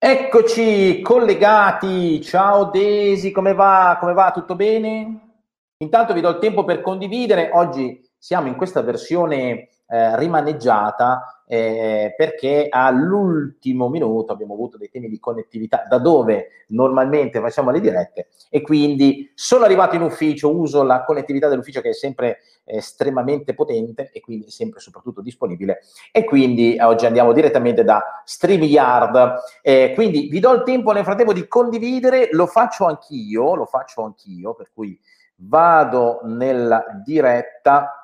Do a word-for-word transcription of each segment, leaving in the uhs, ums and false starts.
Eccoci collegati, ciao Desi, come va? Come va? Tutto bene? Intanto vi do il tempo per condividere, oggi siamo in questa versione eh, rimaneggiata eh, perché all'ultimo minuto abbiamo avuto dei temi di connettività da dove normalmente facciamo le dirette e quindi sono arrivato in ufficio, uso la connettività dell'ufficio che è sempre eh, estremamente potente e quindi sempre soprattutto disponibile e quindi oggi andiamo direttamente da StreamYard. Eh, quindi vi do il tempo nel frattempo di condividere, lo faccio anch'io, lo faccio anch'io, per cui vado nella diretta,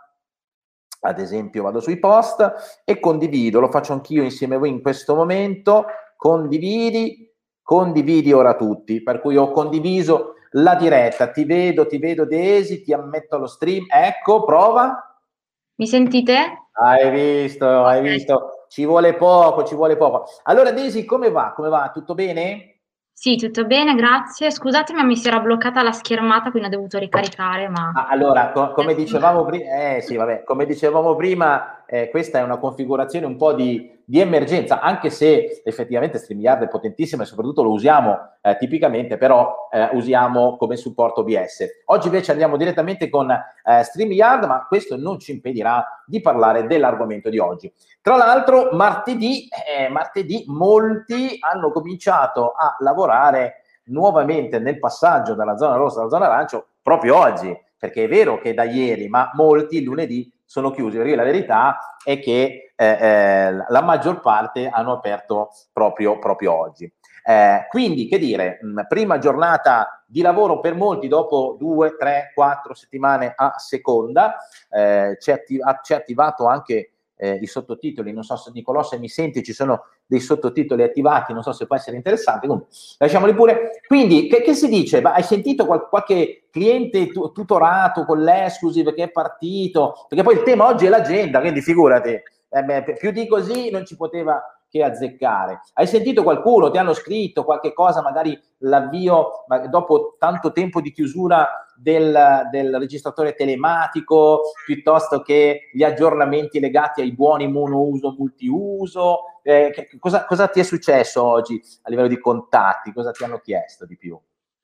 ad esempio vado sui post e condivido, lo faccio anch'io insieme a voi in questo momento, condividi, condividi ora tutti, per cui ho condiviso la diretta, ti vedo, ti vedo Desi, ti ammetto allo stream, ecco, prova. Mi sentite? Hai visto, hai Ok. visto, ci vuole poco, ci vuole poco. Allora Desi, come va? Come va? Tutto bene? Sì, tutto bene, grazie. Scusatemi, ma mi si era bloccata la schermata, quindi ho dovuto ricaricare, ma Ah, allora, co- come adesso... dicevamo prima, eh, sì, vabbè, come dicevamo prima, eh, questa è una configurazione un po' di, di emergenza, anche se effettivamente StreamYard è potentissimo e soprattutto lo usiamo eh, tipicamente, però eh, usiamo come supporto O B S. Oggi invece andiamo direttamente con eh, StreamYard, ma questo non ci impedirà di parlare dell'argomento di oggi. Tra l'altro, martedì, eh, martedì molti hanno cominciato a lavorare nuovamente nel passaggio dalla zona rossa alla zona arancio proprio oggi, perché è vero che da ieri, ma molti il lunedì sono chiusi, perché la verità è che eh, eh, la maggior parte hanno aperto proprio, proprio oggi. Eh, quindi, che dire, mh, prima giornata di lavoro per molti dopo due, tre, quattro settimane a seconda, eh, c'è, attiv- c'è attivato anche eh, i sottotitoli, non so se Nicolò se mi senti, ci sono dei sottotitoli attivati, non so se può essere interessante, comunque lasciamoli pure. Quindi, che, che si dice? Ma hai sentito qual- qualche cliente tu- tutorato con l'exclusive che è partito? Perché poi il tema oggi è l'agenda, quindi figurati, eh beh, più di così non ci poteva che azzeccare. Hai sentito qualcuno? Ti hanno scritto qualche cosa, magari l'avvio ma dopo tanto tempo di chiusura del, del registratore telematico, piuttosto che gli aggiornamenti legati ai buoni monouso, multiuso? Eh, che, cosa, cosa ti è successo oggi a livello di contatti? Cosa ti hanno chiesto di più?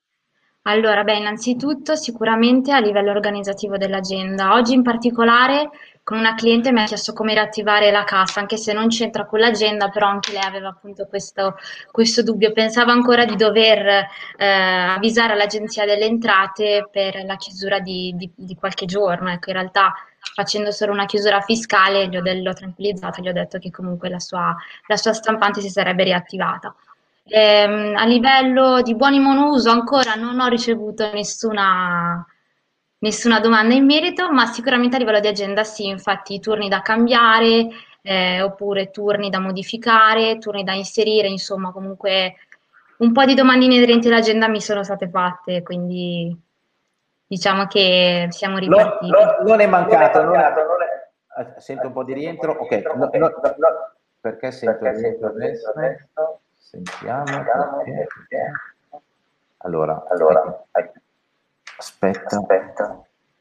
Allora, beh, innanzitutto sicuramente a livello organizzativo dell'agenda. Oggi in particolare con una cliente mi ha chiesto come riattivare la cassa, anche se non c'entra con l'agenda, però anche lei aveva appunto questo, questo dubbio. Pensava ancora di dover eh, avvisare l'Agenzia delle Entrate per la chiusura di, di- di qualche giorno. Ecco, in realtà facendo solo una chiusura fiscale gli ho, de- l'ho tranquillizzata, gli ho detto che comunque la sua, la sua stampante si sarebbe riattivata. Ehm, a livello di buoni monouso ancora non ho ricevuto nessuna, nessuna domanda in merito, ma sicuramente a livello di agenda sì, infatti i turni da cambiare, eh, oppure turni da modificare, turni da inserire, insomma comunque un po' di domandine inerenti all'agenda mi sono state fatte, quindi diciamo che siamo No, ripartiti. non è Non è mancato, non è... mancato, non è... eh, Sento un po' di Sento un po' rientro. di Ok, rientro. no, Ok, no, no, no, perché sento perché rientro sento il rientro adesso? adesso? Sentiamo Vediamo perché. perché. Allora, ecco, Allora, ecco, aspetta, aspetta.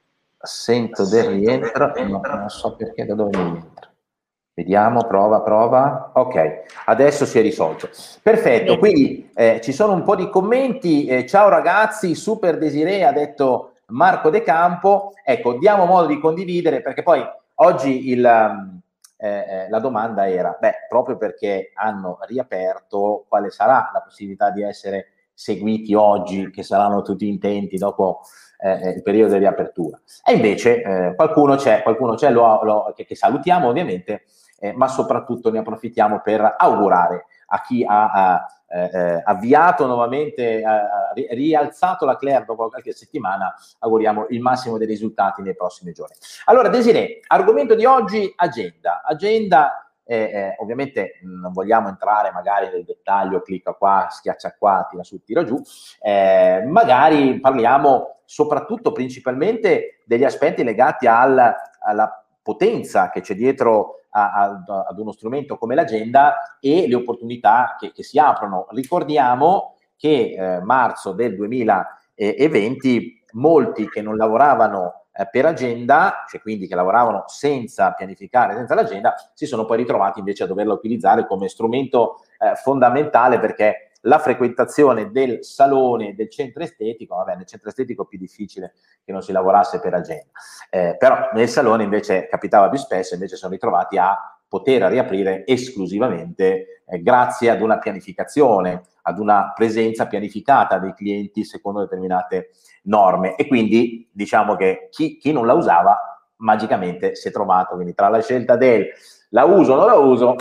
sento del Sento del rientro, ma rientro. non so perché da dove mi rientra. Vediamo, prova, prova. Ok, adesso si è risolto. Perfetto, Bene. quindi eh, ci sono un po' di commenti. Eh, ciao ragazzi, super Desiree, ha detto Marco De Campo. Ecco, diamo modo di condividere perché poi oggi il, um, eh, eh, la domanda era, beh, proprio perché hanno riaperto, quale sarà la possibilità di essere seguiti oggi, che saranno tutti intenti dopo eh, il periodo di riapertura. E invece eh, qualcuno c'è, qualcuno c'è lo, lo, che, che salutiamo ovviamente, eh, ma soprattutto ne approfittiamo per augurare a chi ha, ha eh, avviato nuovamente, ha rialzato la Claire dopo qualche settimana, auguriamo il massimo dei risultati nei prossimi giorni. Allora, Desiree, argomento di oggi, agenda. Agenda, eh, eh, ovviamente mh, non vogliamo entrare magari nel dettaglio, clicca qua, schiaccia qua, tira su, tira giù, eh, magari parliamo soprattutto principalmente degli aspetti legati al, alla potenza che c'è dietro a, a, ad uno strumento come l'agenda e le opportunità che, che si aprono. Ricordiamo che eh, marzo del duemilaventi molti che non lavoravano eh, per agenda, cioè quindi che lavoravano senza pianificare, senza l'agenda, si sono poi ritrovati invece a doverla utilizzare come strumento eh, fondamentale, perché la frequentazione del salone, del centro estetico, vabbè, nel centro estetico è più difficile che non si lavorasse per agenda, eh, però nel salone invece capitava più spesso, invece sono ritrovati a poter riaprire esclusivamente eh, grazie ad una pianificazione, ad una presenza pianificata dei clienti secondo determinate norme, e quindi diciamo che chi, chi non la usava magicamente si è trovato, quindi tra la scelta del la uso o non la uso,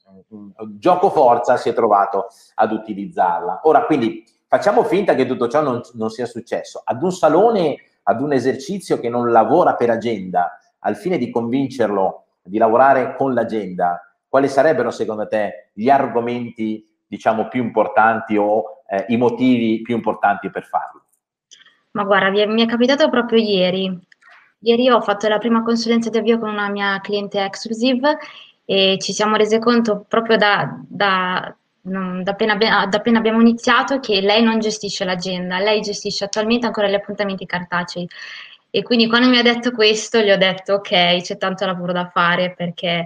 gioco forza, si è trovato ad utilizzarla. Ora, quindi facciamo finta che tutto ciò non, non sia successo. Ad un salone, ad un esercizio che non lavora per agenda, al fine di convincerlo di lavorare con l'agenda, quali sarebbero secondo te gli argomenti, diciamo, più importanti o eh, i motivi più importanti per farlo? Ma guarda, mi è, mi è capitato proprio ieri. Ieri ho fatto la prima consulenza di avvio con una mia cliente exclusive e ci siamo rese conto proprio da, da, non- da appena, abbi- da appena abbiamo iniziato che lei non gestisce l'agenda, lei gestisce attualmente ancora gli appuntamenti cartacei. E quindi quando mi ha detto questo, gli ho detto ok, c'è tanto lavoro da fare perché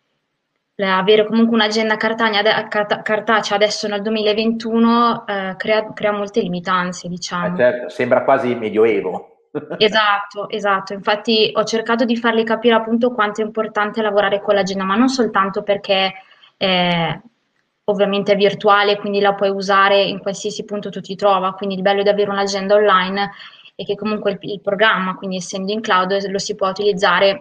eh, avere comunque un'agenda cartagna- ade- carta- cartacea adesso nel duemilaventuno eh, crea, crea molte limitanze, Eh, diciamo. certo, sembra quasi medioevo. Esatto, esatto. Infatti ho cercato di farli capire appunto quanto è importante lavorare con l'agenda, ma non soltanto perché eh, ovviamente è virtuale, quindi la puoi usare in qualsiasi punto tu ti trova, quindi il bello di avere un'agenda online è che comunque il, il programma, quindi essendo in cloud, lo si può utilizzare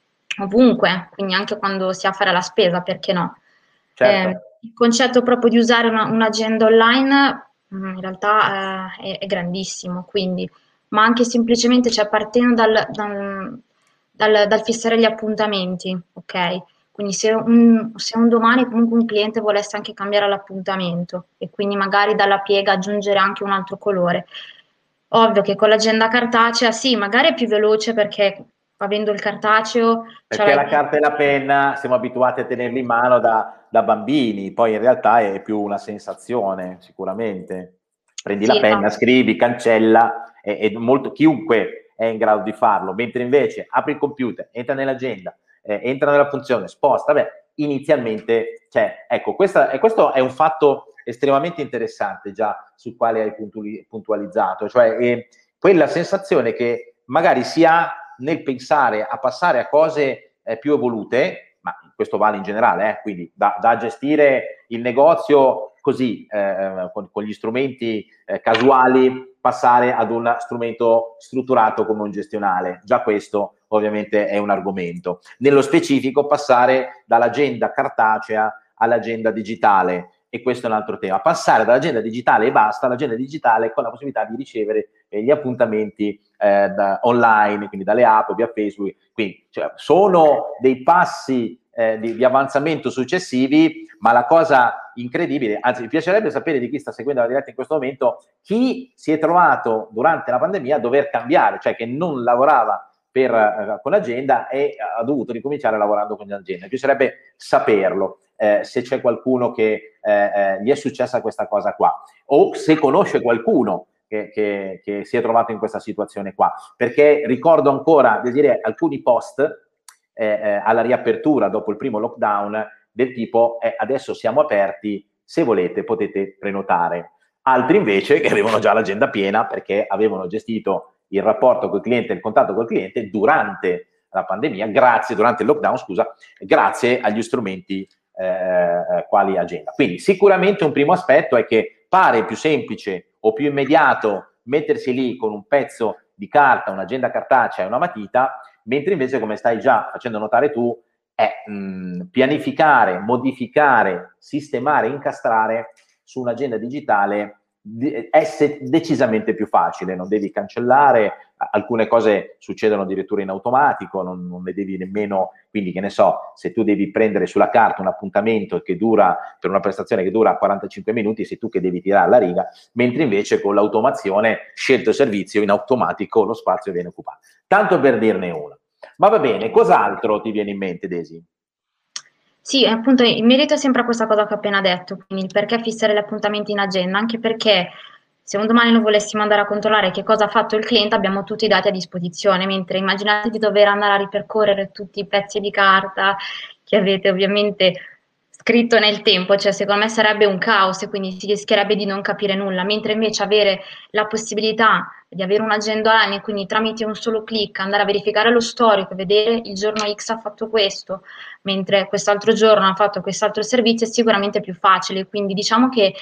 ovunque, quindi anche quando si ha a fare la spesa, perché no? Certo. Eh, il concetto proprio di usare una- un'agenda online, mm, in realtà eh, è, è grandissimo, quindi ma anche semplicemente, cioè partendo dal, dal- dal- dal fissare gli appuntamenti, ok? Quindi se un, se un domani comunque un cliente volesse anche cambiare l'appuntamento e quindi magari dalla piega aggiungere anche un altro colore, ovvio che con l'agenda cartacea sì, magari è più veloce perché avendo il cartaceo ce Perché l'hai. la carta e la penna siamo abituati a tenerli in mano da, da bambini, poi in realtà è più una sensazione, sicuramente. Prendi Sì, la penna, esatto. scrivi, cancella, e, e molto, chiunque è in grado di farlo, mentre invece apri il computer, entra nell'agenda, eh, entra nella funzione, sposta, beh, inizialmente, cioè, ecco, questa, e questo è un fatto estremamente interessante già sul quale hai puntualizzato, cioè eh, quella sensazione che magari si ha nel pensare a passare a cose eh, più evolute, ma questo vale in generale, eh, quindi da, da gestire il negozio così, eh, con, con gli strumenti eh, casuali, passare ad un strumento strutturato come un gestionale. Già questo ovviamente è un argomento. Nello specifico passare dall'agenda cartacea all'agenda digitale, e questo è un altro tema. Passare dall'agenda digitale e basta all'agenda digitale con la possibilità di ricevere eh, gli appuntamenti eh, da, online, quindi dalle app, via Facebook. Quindi cioè, sono dei passi eh, di, di avanzamento successivi, ma la cosa incredibile, anzi mi piacerebbe sapere di chi sta seguendo la diretta in questo momento, chi si è trovato durante la pandemia a dover cambiare, cioè che non lavorava per, eh, con l'agenda e ha dovuto ricominciare lavorando con l'agenda. Mi piacerebbe saperlo. Eh, se c'è qualcuno che eh, eh, gli è successa questa cosa qua, o se conosce qualcuno che, che, che si è trovato in questa situazione qua, perché ricordo ancora di dire alcuni post eh, eh, alla riapertura dopo il primo lockdown del tipo eh, adesso siamo aperti, se volete potete prenotare. Altri invece che avevano già l'agenda piena perché avevano gestito il rapporto col cliente, il contatto col cliente durante la pandemia, grazie, durante il lockdown, scusa, grazie agli strumenti eh, quali agenda. Quindi sicuramente un primo aspetto è che pare più semplice o più immediato mettersi lì con un pezzo di carta, un'agenda cartacea e una matita, mentre invece, come stai già facendo notare tu, è mh, pianificare, modificare, sistemare, incastrare su un'agenda digitale è decisamente più facile, non devi cancellare, alcune cose succedono addirittura in automatico, non, non le devi nemmeno, quindi che ne so, se tu devi prendere sulla carta un appuntamento che dura, per una prestazione che dura quarantacinque minuti, sei tu che devi tirare la riga, mentre invece con l'automazione, scelto il servizio, in automatico lo spazio viene occupato. Tanto per dirne una. Ma va bene, cos'altro ti viene in mente, Desi? Sì, appunto in merito sempre a questa cosa che ho appena detto, quindi il perché fissare gli appuntamenti in agenda, anche perché Se un domani non volessimo andare a controllare che cosa ha fatto il cliente, abbiamo tutti i dati a disposizione, mentre immaginate di dover andare a ripercorrere tutti i pezzi di carta che avete ovviamente scritto nel tempo, cioè secondo me sarebbe un caos e quindi si rischierebbe di non capire nulla, mentre invece avere la possibilità di avere un agenda online, quindi tramite un solo clic andare a verificare lo storico, vedere il giorno X ha fatto questo, mentre quest'altro giorno ha fatto quest'altro servizio, è sicuramente più facile, quindi diciamo che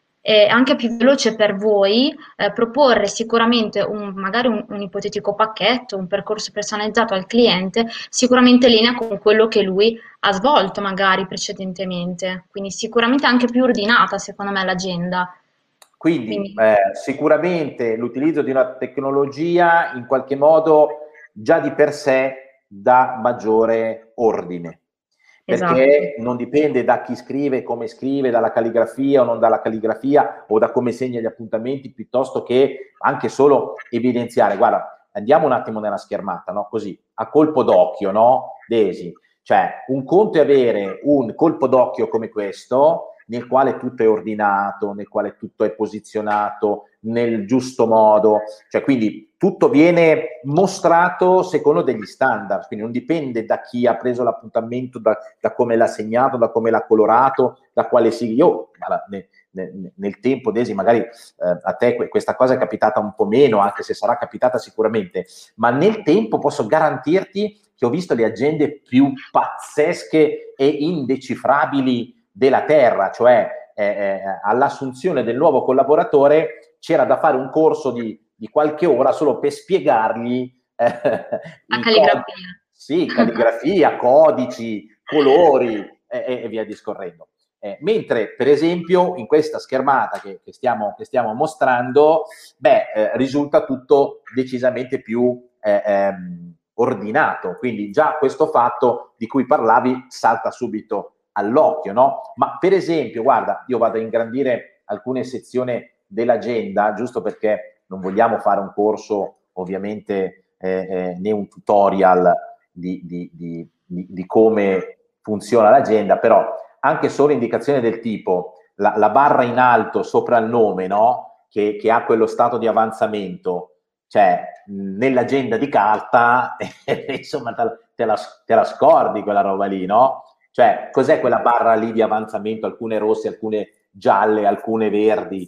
è anche più veloce per voi eh, proporre sicuramente un, magari un, un ipotetico pacchetto, un percorso personalizzato al cliente, sicuramente in linea con quello che lui ha svolto magari precedentemente, quindi sicuramente anche più ordinata secondo me l'agenda. Quindi Quindi, eh, sicuramente l'utilizzo di una tecnologia in qualche modo già di per sé dà maggiore ordine, esatto. perché non dipende da chi scrive, come scrive, dalla calligrafia o non dalla calligrafia o da come segna gli appuntamenti, piuttosto che anche solo evidenziare. Guarda, andiamo un attimo nella schermata, no? Così, a colpo d'occhio, no? Desi, cioè un conto è avere un colpo d'occhio come questo, nel quale tutto è ordinato, nel quale tutto è posizionato nel giusto modo, cioè quindi tutto viene mostrato secondo degli standard, quindi non dipende da chi ha preso l'appuntamento, da, da come l'ha segnato, da come l'ha colorato, da quale sigla. Io nel, nel, nel tempo, Desi, magari eh, a te questa cosa è capitata un po' meno, anche se sarà capitata sicuramente, ma nel tempo posso garantirti che ho visto le agende più pazzesche e indecifrabili della terra, cioè eh, eh, all'assunzione del nuovo collaboratore c'era da fare un corso di, di qualche ora solo per spiegargli eh, La i codici, calligrafia. sì, calligrafia, codici, colori eh, e via discorrendo. Eh, mentre per esempio in questa schermata che, che, stiamo, che stiamo mostrando, beh, eh, risulta tutto decisamente più eh, ehm, ordinato, quindi già questo fatto di cui parlavi salta subito all'occhio, no? Ma per esempio, guarda, io vado a ingrandire alcune sezioni dell'agenda, giusto perché non vogliamo fare un corso, ovviamente, eh, eh, né un tutorial di, di, di, di, di come funziona l'agenda, però anche solo indicazioni del tipo la, la barra in alto sopra il nome, no? Che, che ha quello stato di avanzamento, cioè nell'agenda di carta, insomma, te, te, la, te la scordi quella roba lì, no? Cioè, cos'è quella barra lì di avanzamento? Alcune rosse, alcune gialle, alcune verdi.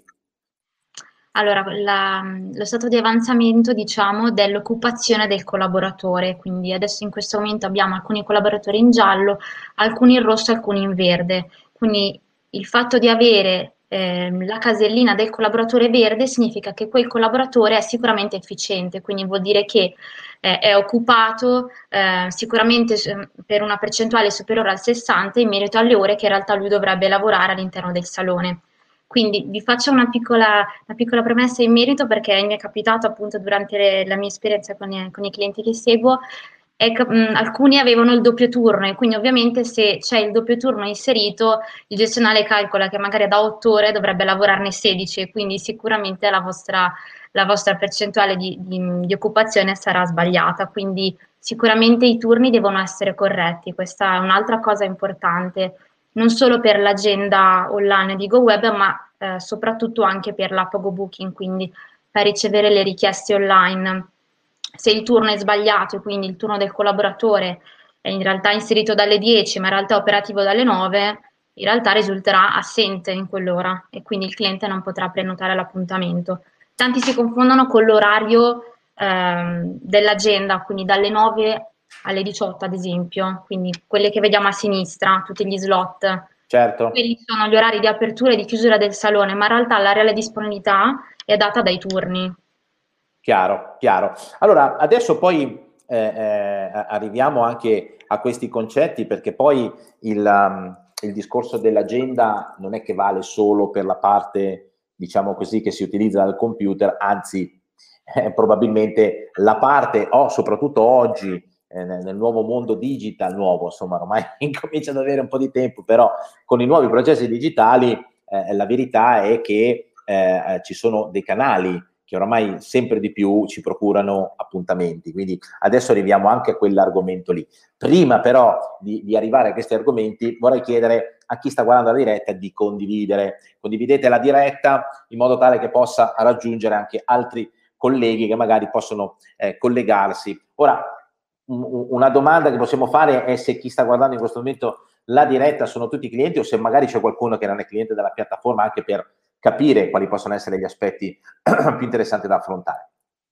Allora, la- lo stato di avanzamento, diciamo, dell'occupazione del collaboratore, quindi adesso in questo momento abbiamo alcuni collaboratori in giallo, alcuni in rosso, alcuni in verde. Quindi il fatto di avere ehm, la casellina del collaboratore verde significa che quel collaboratore è sicuramente efficiente, quindi vuol dire che eh, è occupato eh, sicuramente eh, per una percentuale superiore al sessanta in merito alle ore che in realtà lui dovrebbe lavorare all'interno del salone. Quindi vi faccio una piccola, una piccola premessa in merito perché mi è capitato appunto durante le, la mia esperienza con i, con i clienti che seguo, è che, mh, alcuni avevano il doppio turno e quindi ovviamente se c'è il doppio turno inserito il gestionale calcola che magari da otto ore dovrebbe lavorarne sedici e quindi sicuramente la vostra, la vostra percentuale di, di, di occupazione sarà sbagliata. Quindi sicuramente i turni devono essere corretti, questa è un'altra cosa importante non solo per l'agenda online di GoWeb, ma eh, soprattutto anche per l'app GoBooking, quindi per ricevere le richieste online. Se il turno è sbagliato e quindi il turno del collaboratore è in realtà inserito dalle dieci, ma in realtà è operativo dalle nove, in realtà risulterà assente in quell'ora e quindi il cliente non potrà prenotare l'appuntamento. Tanti si confondono con l'orario ehm, dell'agenda, quindi dalle nove alle diciotto ad esempio, quindi quelle che vediamo a sinistra, tutti gli slot. Certo. Quelli sono gli orari di apertura e di chiusura del salone, ma in realtà la reale disponibilità è data dai turni. Chiaro, chiaro. Allora, adesso poi eh, eh, arriviamo anche a questi concetti, perché poi il, um, il discorso dell'agenda non è che vale solo per la parte, diciamo così, che si utilizza dal computer, anzi, eh, probabilmente la parte, o oh, soprattutto oggi, eh, nel, nel nuovo mondo digital, nuovo, insomma, ormai incomincia ad avere un po' di tempo, però con i nuovi processi digitali, eh, la verità è che eh, ci sono dei canali che oramai sempre di più ci procurano appuntamenti. Quindi adesso arriviamo anche a quell'argomento lì. Prima però di, di arrivare a questi argomenti vorrei chiedere a chi sta guardando la diretta di condividere. Condividete la diretta in modo tale che possa raggiungere anche altri colleghi che magari possono eh, collegarsi. Ora, un, una domanda che possiamo fare è se chi sta guardando in questo momento la diretta sono tutti clienti o se magari c'è qualcuno che non è cliente della piattaforma, anche per capire quali possono essere gli aspetti più interessanti da affrontare.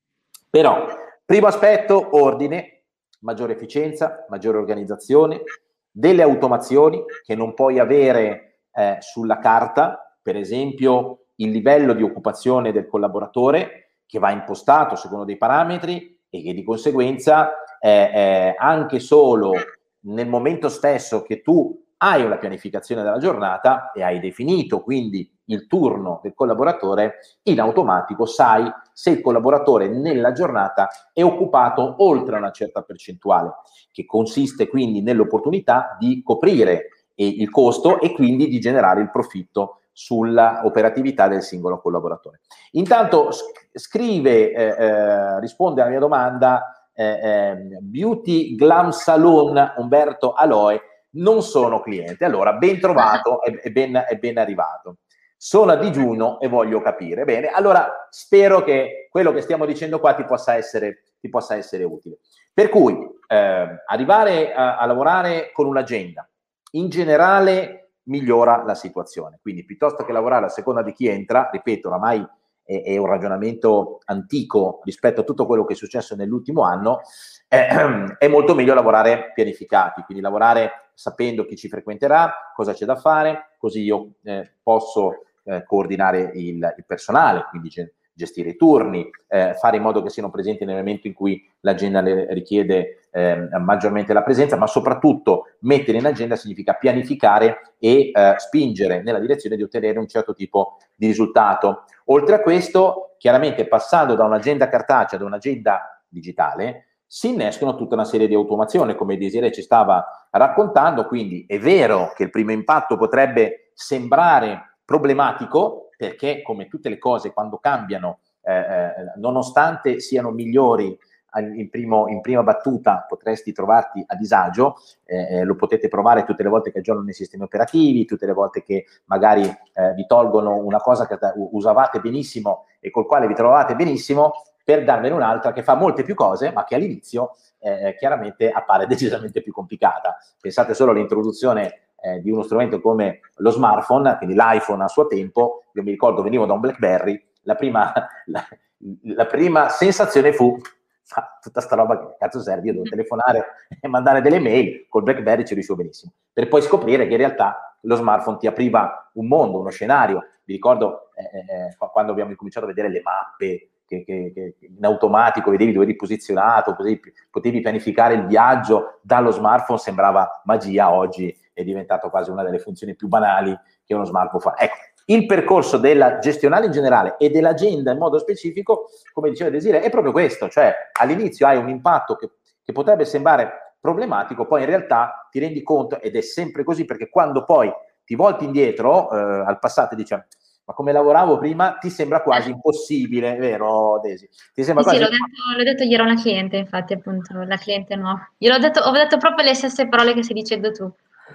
Però, primo aspetto, ordine, maggiore efficienza, maggiore organizzazione, delle automazioni che non puoi avere eh, sulla carta, per esempio il livello di occupazione del collaboratore che va impostato secondo dei parametri e che di conseguenza eh, eh, anche solo nel momento stesso che tu hai una pianificazione della giornata e hai definito quindi il turno del collaboratore, in automatico sai se il collaboratore nella giornata è occupato oltre una certa percentuale, che consiste quindi nell'opportunità di coprire eh, il costo e quindi di generare il profitto sulla operatività del singolo collaboratore. Intanto scrive, eh, eh, risponde alla mia domanda eh, eh, Beauty Glam Salon Umberto Aloe, non sono cliente. Allora, ben trovato e è ben, è ben arrivato. Sono a digiuno e voglio capire. Bene, allora spero che quello che stiamo dicendo qua ti possa essere, ti possa essere utile. Per cui eh, arrivare a, a lavorare con un'agenda in generale migliora la situazione. Quindi piuttosto che lavorare a seconda di chi entra, ripeto, oramai è, è un ragionamento antico rispetto a tutto quello che è successo nell'ultimo anno, eh, è molto meglio lavorare pianificati, quindi lavorare sapendo chi ci frequenterà, cosa c'è da fare, così io eh, posso eh, coordinare il, il personale, quindi gestire i turni, eh, fare in modo che siano presenti nel momento in cui l'agenda richiede eh, maggiormente la presenza, ma soprattutto mettere in agenda significa pianificare e eh, spingere nella direzione di ottenere un certo tipo di risultato. Oltre a questo, chiaramente passando da un'agenda cartacea ad un'agenda digitale, si innescono tutta una serie di automazioni, come Desiree ci stava raccontando, quindi è vero che il primo impatto potrebbe sembrare problematico, perché come tutte le cose quando cambiano, eh, nonostante siano migliori in, primo, in prima battuta, potresti trovarti a disagio, eh, lo potete provare tutte le volte che aggiornano i sistemi operativi, tutte le volte che magari eh, vi tolgono una cosa che usavate benissimo e col quale vi trovavate benissimo, per darvene un'altra che fa molte più cose, ma che all'inizio eh, chiaramente appare decisamente più complicata. Pensate solo all'introduzione eh, di uno strumento come lo smartphone, quindi l'iPhone a suo tempo. Io mi ricordo, venivo da un BlackBerry, la prima, la, la prima sensazione fu fa tutta sta roba che cazzo serve, io devo telefonare e mandare delle mail, col BlackBerry ci riuscivo benissimo, per poi scoprire che in realtà lo smartphone ti apriva un mondo, uno scenario. Vi ricordo eh, eh, quando abbiamo cominciato a vedere le mappe, Che, che, che in automatico vedevi dove eri posizionato, potevi, potevi pianificare il viaggio dallo smartphone, sembrava magia. Oggi è diventato quasi una delle funzioni più banali che uno smartphone fa. Ecco, il percorso della gestionale in generale e dell'agenda in modo specifico, come diceva Desiree, è proprio questo, cioè all'inizio hai un impatto che, che potrebbe sembrare problematico, poi in realtà ti rendi conto, ed è sempre così, perché quando poi ti volti indietro eh, al passato e dici ma come lavoravo prima, ti sembra quasi impossibile, vero Desi? Ti sembra Sì, quasi... sì, l'ho detto, l'ho detto ieri a una cliente, infatti, appunto, la cliente nuova. Gliel'ho detto, ho detto proprio le stesse parole che stai dicendo tu.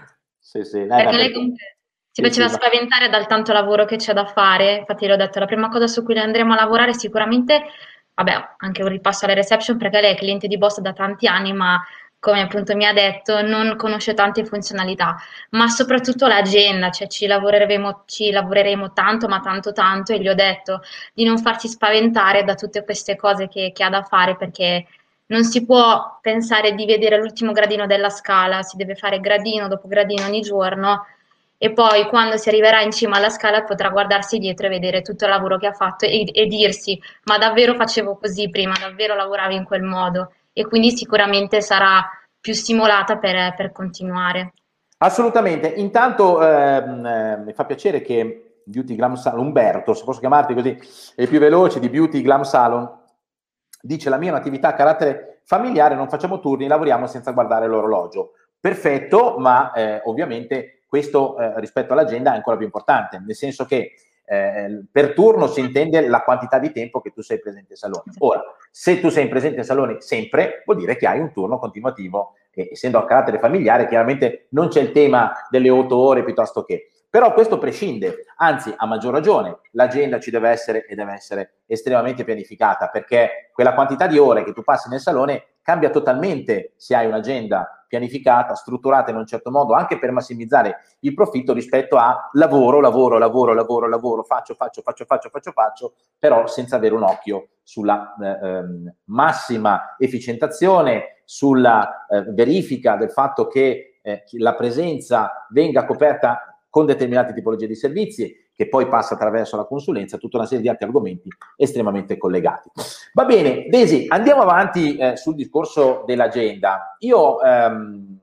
Sì, sì, eh, Perché lei perché... comunque si sì, faceva sì, ma... spaventare dal tanto lavoro che c'è da fare. Infatti, le ho detto, la prima cosa su cui noi andremo a lavorare sicuramente, vabbè, anche un ripasso alle reception, perché lei è cliente di Boss da tanti anni, ma come appunto mi ha detto, non conosce tante funzionalità, ma soprattutto l'agenda, cioè ci lavoreremo, ci lavoreremo tanto, ma tanto tanto, e gli ho detto di non farsi spaventare da tutte queste cose che, che ha da fare, perché non si può pensare di vedere l'ultimo gradino della scala, si deve fare gradino dopo gradino ogni giorno, e poi quando si arriverà in cima alla scala potrà guardarsi dietro e vedere tutto il lavoro che ha fatto e, e dirsi ma davvero facevo così prima, davvero lavoravo in quel modo, e quindi sicuramente sarà più stimolata per, per continuare. Assolutamente. Intanto ehm, eh, mi fa piacere che Beauty Glam Salon, Umberto, se posso chiamarti così, è più veloce, di Beauty Glam Salon, dice: la mia è un'attività a carattere familiare, non facciamo turni, lavoriamo senza guardare l'orologio. Perfetto, ma eh, ovviamente questo eh, rispetto all'agenda è ancora più importante, nel senso che eh, per turno si intende la quantità di tempo che tu sei presente in salone. Ora, se tu sei presente in salone sempre, vuol dire che hai un turno continuativo che essendo a carattere familiare chiaramente non c'è il tema delle otto ore piuttosto che. Però questo prescinde, anzi a maggior ragione l'agenda ci deve essere e deve essere estremamente pianificata, perché quella quantità di ore che tu passi nel salone cambia totalmente se hai un'agenda pianificata, strutturata in un certo modo, anche per massimizzare il profitto rispetto a lavoro, lavoro, lavoro, lavoro, lavoro, faccio, faccio, faccio, faccio, faccio, faccio, però senza avere un occhio sulla eh, ehm, massima efficientazione, sulla eh, verifica del fatto che eh, la presenza venga coperta con determinate tipologie di servizi, che poi passa attraverso la consulenza, tutta una serie di altri argomenti estremamente collegati. Va bene, Desi, andiamo avanti eh, sul discorso dell'agenda. Io ehm,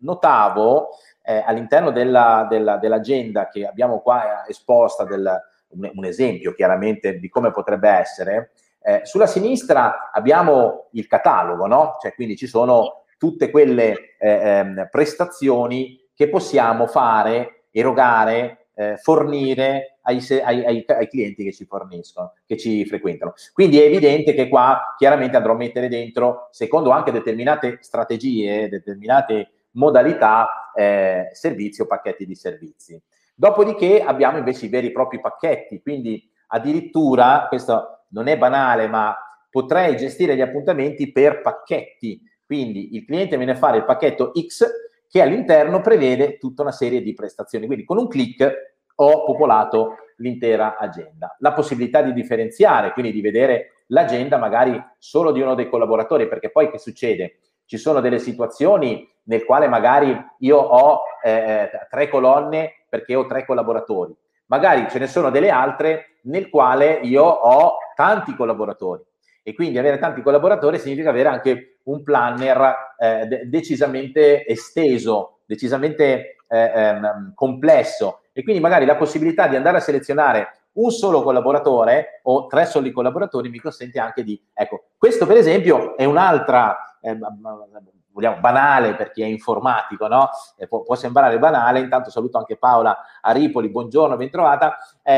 notavo eh, all'interno della, della, dell'agenda che abbiamo qua esposta, del, un, un esempio chiaramente di come potrebbe essere, eh, sulla sinistra abbiamo il catalogo, no? Cioè quindi ci sono tutte quelle eh, ehm, prestazioni che possiamo fare, erogare, eh, fornire ai, ai, ai, ai clienti che ci forniscono, che ci frequentano. Quindi è evidente che qua chiaramente andrò a mettere dentro, secondo anche determinate strategie, determinate modalità, eh, servizi o pacchetti di servizi. Dopodiché abbiamo invece i veri e propri pacchetti, quindi addirittura, questo non è banale, ma potrei gestire gli appuntamenti per pacchetti. Quindi il cliente viene a fare il pacchetto X, che all'interno prevede tutta una serie di prestazioni. Quindi con un click ho popolato l'intera agenda. La possibilità di differenziare, quindi di vedere l'agenda magari solo di uno dei collaboratori, perché poi che succede? Ci sono delle situazioni nel quale magari io ho eh, tre colonne perché ho tre collaboratori. Magari ce ne sono delle altre nel quale io ho tanti collaboratori. E quindi avere tanti collaboratori significa avere anche un planner eh, de- decisamente esteso, decisamente eh, ehm, complesso, e quindi magari la possibilità di andare a selezionare un solo collaboratore o tre soli collaboratori mi consente anche di... Ecco, questo per esempio è un'altra... Eh, vogliamo, banale per chi è informatico, no? Eh, può, può sembrare banale, intanto saluto anche Paola a Ripoli, buongiorno, ben trovata.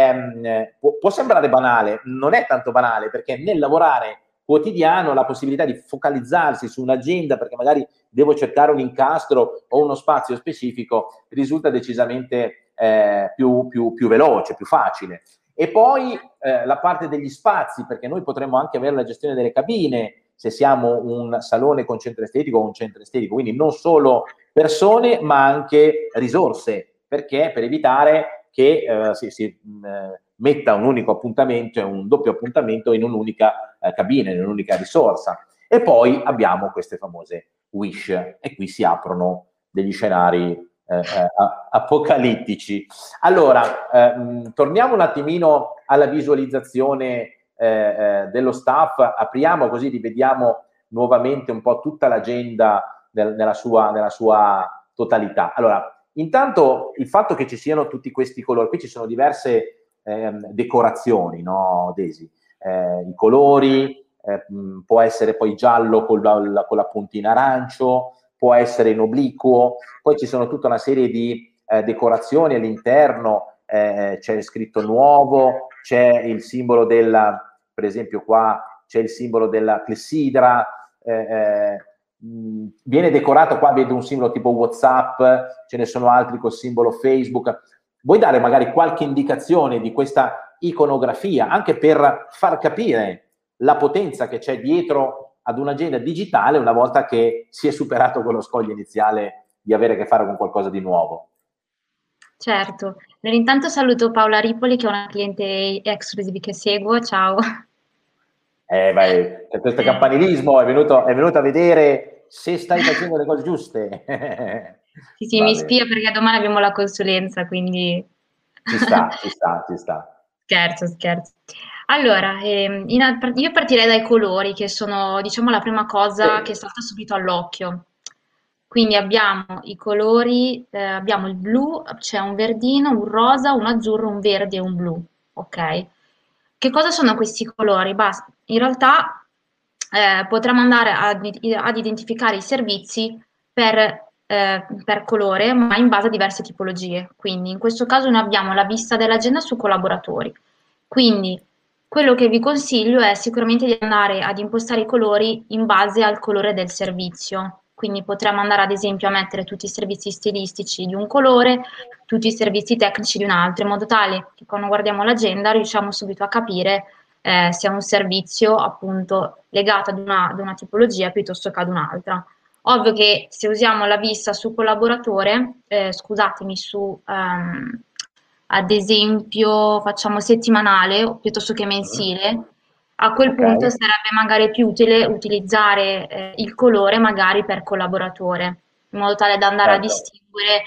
Eh, può, può sembrare banale, non è tanto banale, perché nel lavorare quotidiano la possibilità di focalizzarsi su un'agenda, perché magari devo cercare un incastro o uno spazio specifico, risulta decisamente eh, più, più, più veloce, più facile. E poi eh, la parte degli spazi, perché noi potremmo anche avere la gestione delle cabine, se siamo un salone con centro estetico o un centro estetico, quindi non solo persone ma anche risorse, perché per evitare che eh, si, si eh, metta un unico appuntamento, un doppio appuntamento in un'unica eh, cabina, in un'unica risorsa. E poi abbiamo queste famose wish, e qui si aprono degli scenari eh, eh, apocalittici. Allora, eh, mh, torniamo un attimino alla visualizzazione Eh, eh, dello staff, apriamo così rivediamo nuovamente un po' tutta l'agenda nel, nella, sua, nella sua totalità. Allora, intanto il fatto che ci siano tutti questi colori, qui ci sono diverse eh, decorazioni, no, Desi? Eh, I colori, eh, mh, può essere poi giallo con la, con la puntina arancio, può essere in obliquo, poi ci sono tutta una serie di eh, decorazioni all'interno, eh, c'è scritto nuovo, c'è il simbolo della, per esempio qua c'è il simbolo della clessidra, eh, eh, mh, viene decorato, qua vedo un simbolo tipo WhatsApp, ce ne sono altri col simbolo Facebook. Vuoi dare magari qualche indicazione di questa iconografia, anche per far capire la potenza che c'è dietro ad un'agenda digitale una volta che si è superato quello scoglio iniziale di avere a che fare con qualcosa di nuovo? Certo. Allora, intanto saluto Paola Ripoli, che è una cliente exclusive che seguo. Ciao. Eh, vai, c'è questo campanilismo, è venuto, è venuto a vedere se stai facendo le cose giuste. Sì, sì, Va mi bene. spia perché domani abbiamo la consulenza, quindi Ci sta, ci sta, ci sta. scherzo, scherzo. Allora, ehm, in- io partirei dai colori, che sono, diciamo, la prima Sì. cosa che salta subito all'occhio. Quindi abbiamo i colori, eh, abbiamo il blu, c'è un verdino, un rosa, un azzurro, un verde e un blu. Ok? Che cosa sono questi colori? Basta. In realtà eh, potremmo andare ad, ad identificare i servizi per, eh, per colore, ma in base a diverse tipologie. Quindi in questo caso noi abbiamo la vista dell'agenda su collaboratori. Quindi quello che vi consiglio è sicuramente di andare ad impostare i colori in base al colore del servizio. quindi potremmo andare ad esempio a mettere tutti i servizi stilistici di un colore, tutti i servizi tecnici di un altro, in modo tale che quando guardiamo l'agenda riusciamo subito a capire eh, se è un servizio appunto legato ad una, ad una tipologia piuttosto che ad un'altra. Ovvio che se usiamo la vista su collaboratore, eh, scusatemi, su ehm, ad esempio facciamo settimanale o piuttosto che mensile, a quel Ok, punto sarebbe magari più utile utilizzare eh, il colore magari per collaboratore, in modo tale da andare a certo. distinguere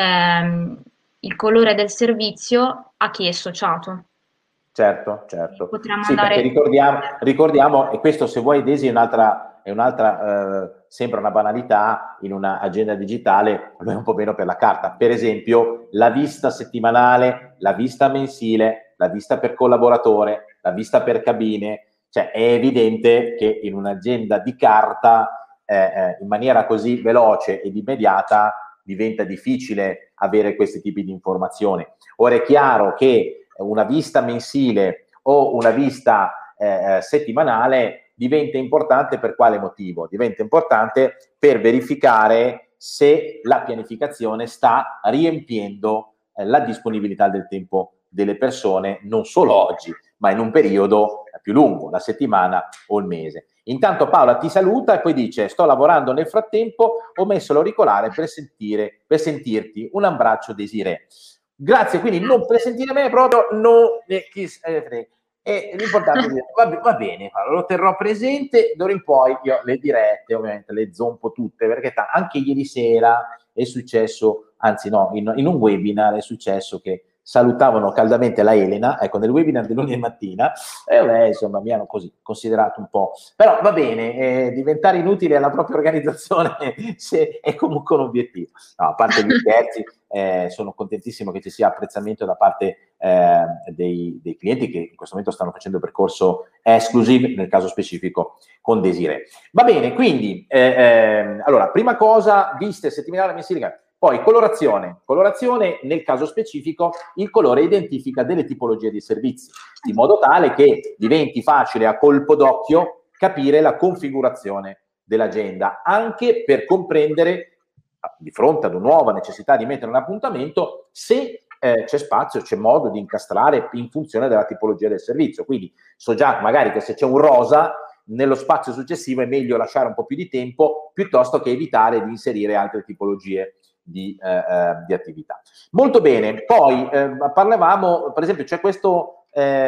ehm, il colore del servizio a chi è associato. Certo, Quindi certo. potremmo Sì, perché andare. ricordiamo, ricordiamo, e questo se vuoi Desi è un'altra, è un'altra eh, sembra una banalità in un'agenda digitale, lo è un po' meno per la carta. Per esempio, la vista settimanale, la vista mensile, la vista per collaboratore, la vista per cabine, cioè è evidente che in un'agenda di carta, eh, eh, in maniera così veloce ed immediata, diventa difficile avere questi tipi di informazioni. Ora è chiaro che una vista mensile o una vista eh, settimanale diventa importante per quale motivo? Diventa importante per verificare se la pianificazione sta riempiendo eh, la disponibilità del tempo delle persone, non solo oggi, ma in un periodo più lungo, la settimana o il mese. Intanto Paola ti saluta e poi dice: sto lavorando nel frattempo, ho messo l'auricolare per, sentire, per sentirti. Un abbraccio, Desiree. Grazie, quindi non per sentire me proprio, no, eh, chi, eh, e l'importante è dire, va, va bene, lo terrò presente, d'ora in poi io le dirette ovviamente le zompo tutte, perché anche ieri sera è successo, anzi no, in, in un webinar è successo che salutavano caldamente la Elena, ecco, nel webinar di lunedì mattina, e beh, insomma mi hanno così considerato un po', però va bene, eh, diventare inutile alla propria organizzazione se è comunque un obiettivo. No, a parte gli scherzi, eh, sono contentissimo che ci sia apprezzamento da parte eh, dei, dei clienti che in questo momento stanno facendo il percorso exclusive, nel caso specifico con Desiree. Va bene, quindi, eh, eh, allora, prima cosa, viste settimanale mensili, poi colorazione. Colorazione, nel caso specifico, il colore identifica delle tipologie di servizi, in modo tale che diventi facile a colpo d'occhio capire la configurazione dell'agenda, anche per comprendere, di fronte ad una nuova necessità di mettere un appuntamento, se eh, c'è spazio, c'è modo di incastrare in funzione della tipologia del servizio. Quindi so già magari che se c'è un rosa, nello spazio successivo è meglio lasciare un po' più di tempo piuttosto che evitare di inserire altre tipologie di, eh, eh, di attività. Molto bene, poi eh, parlavamo, per esempio c'è questo,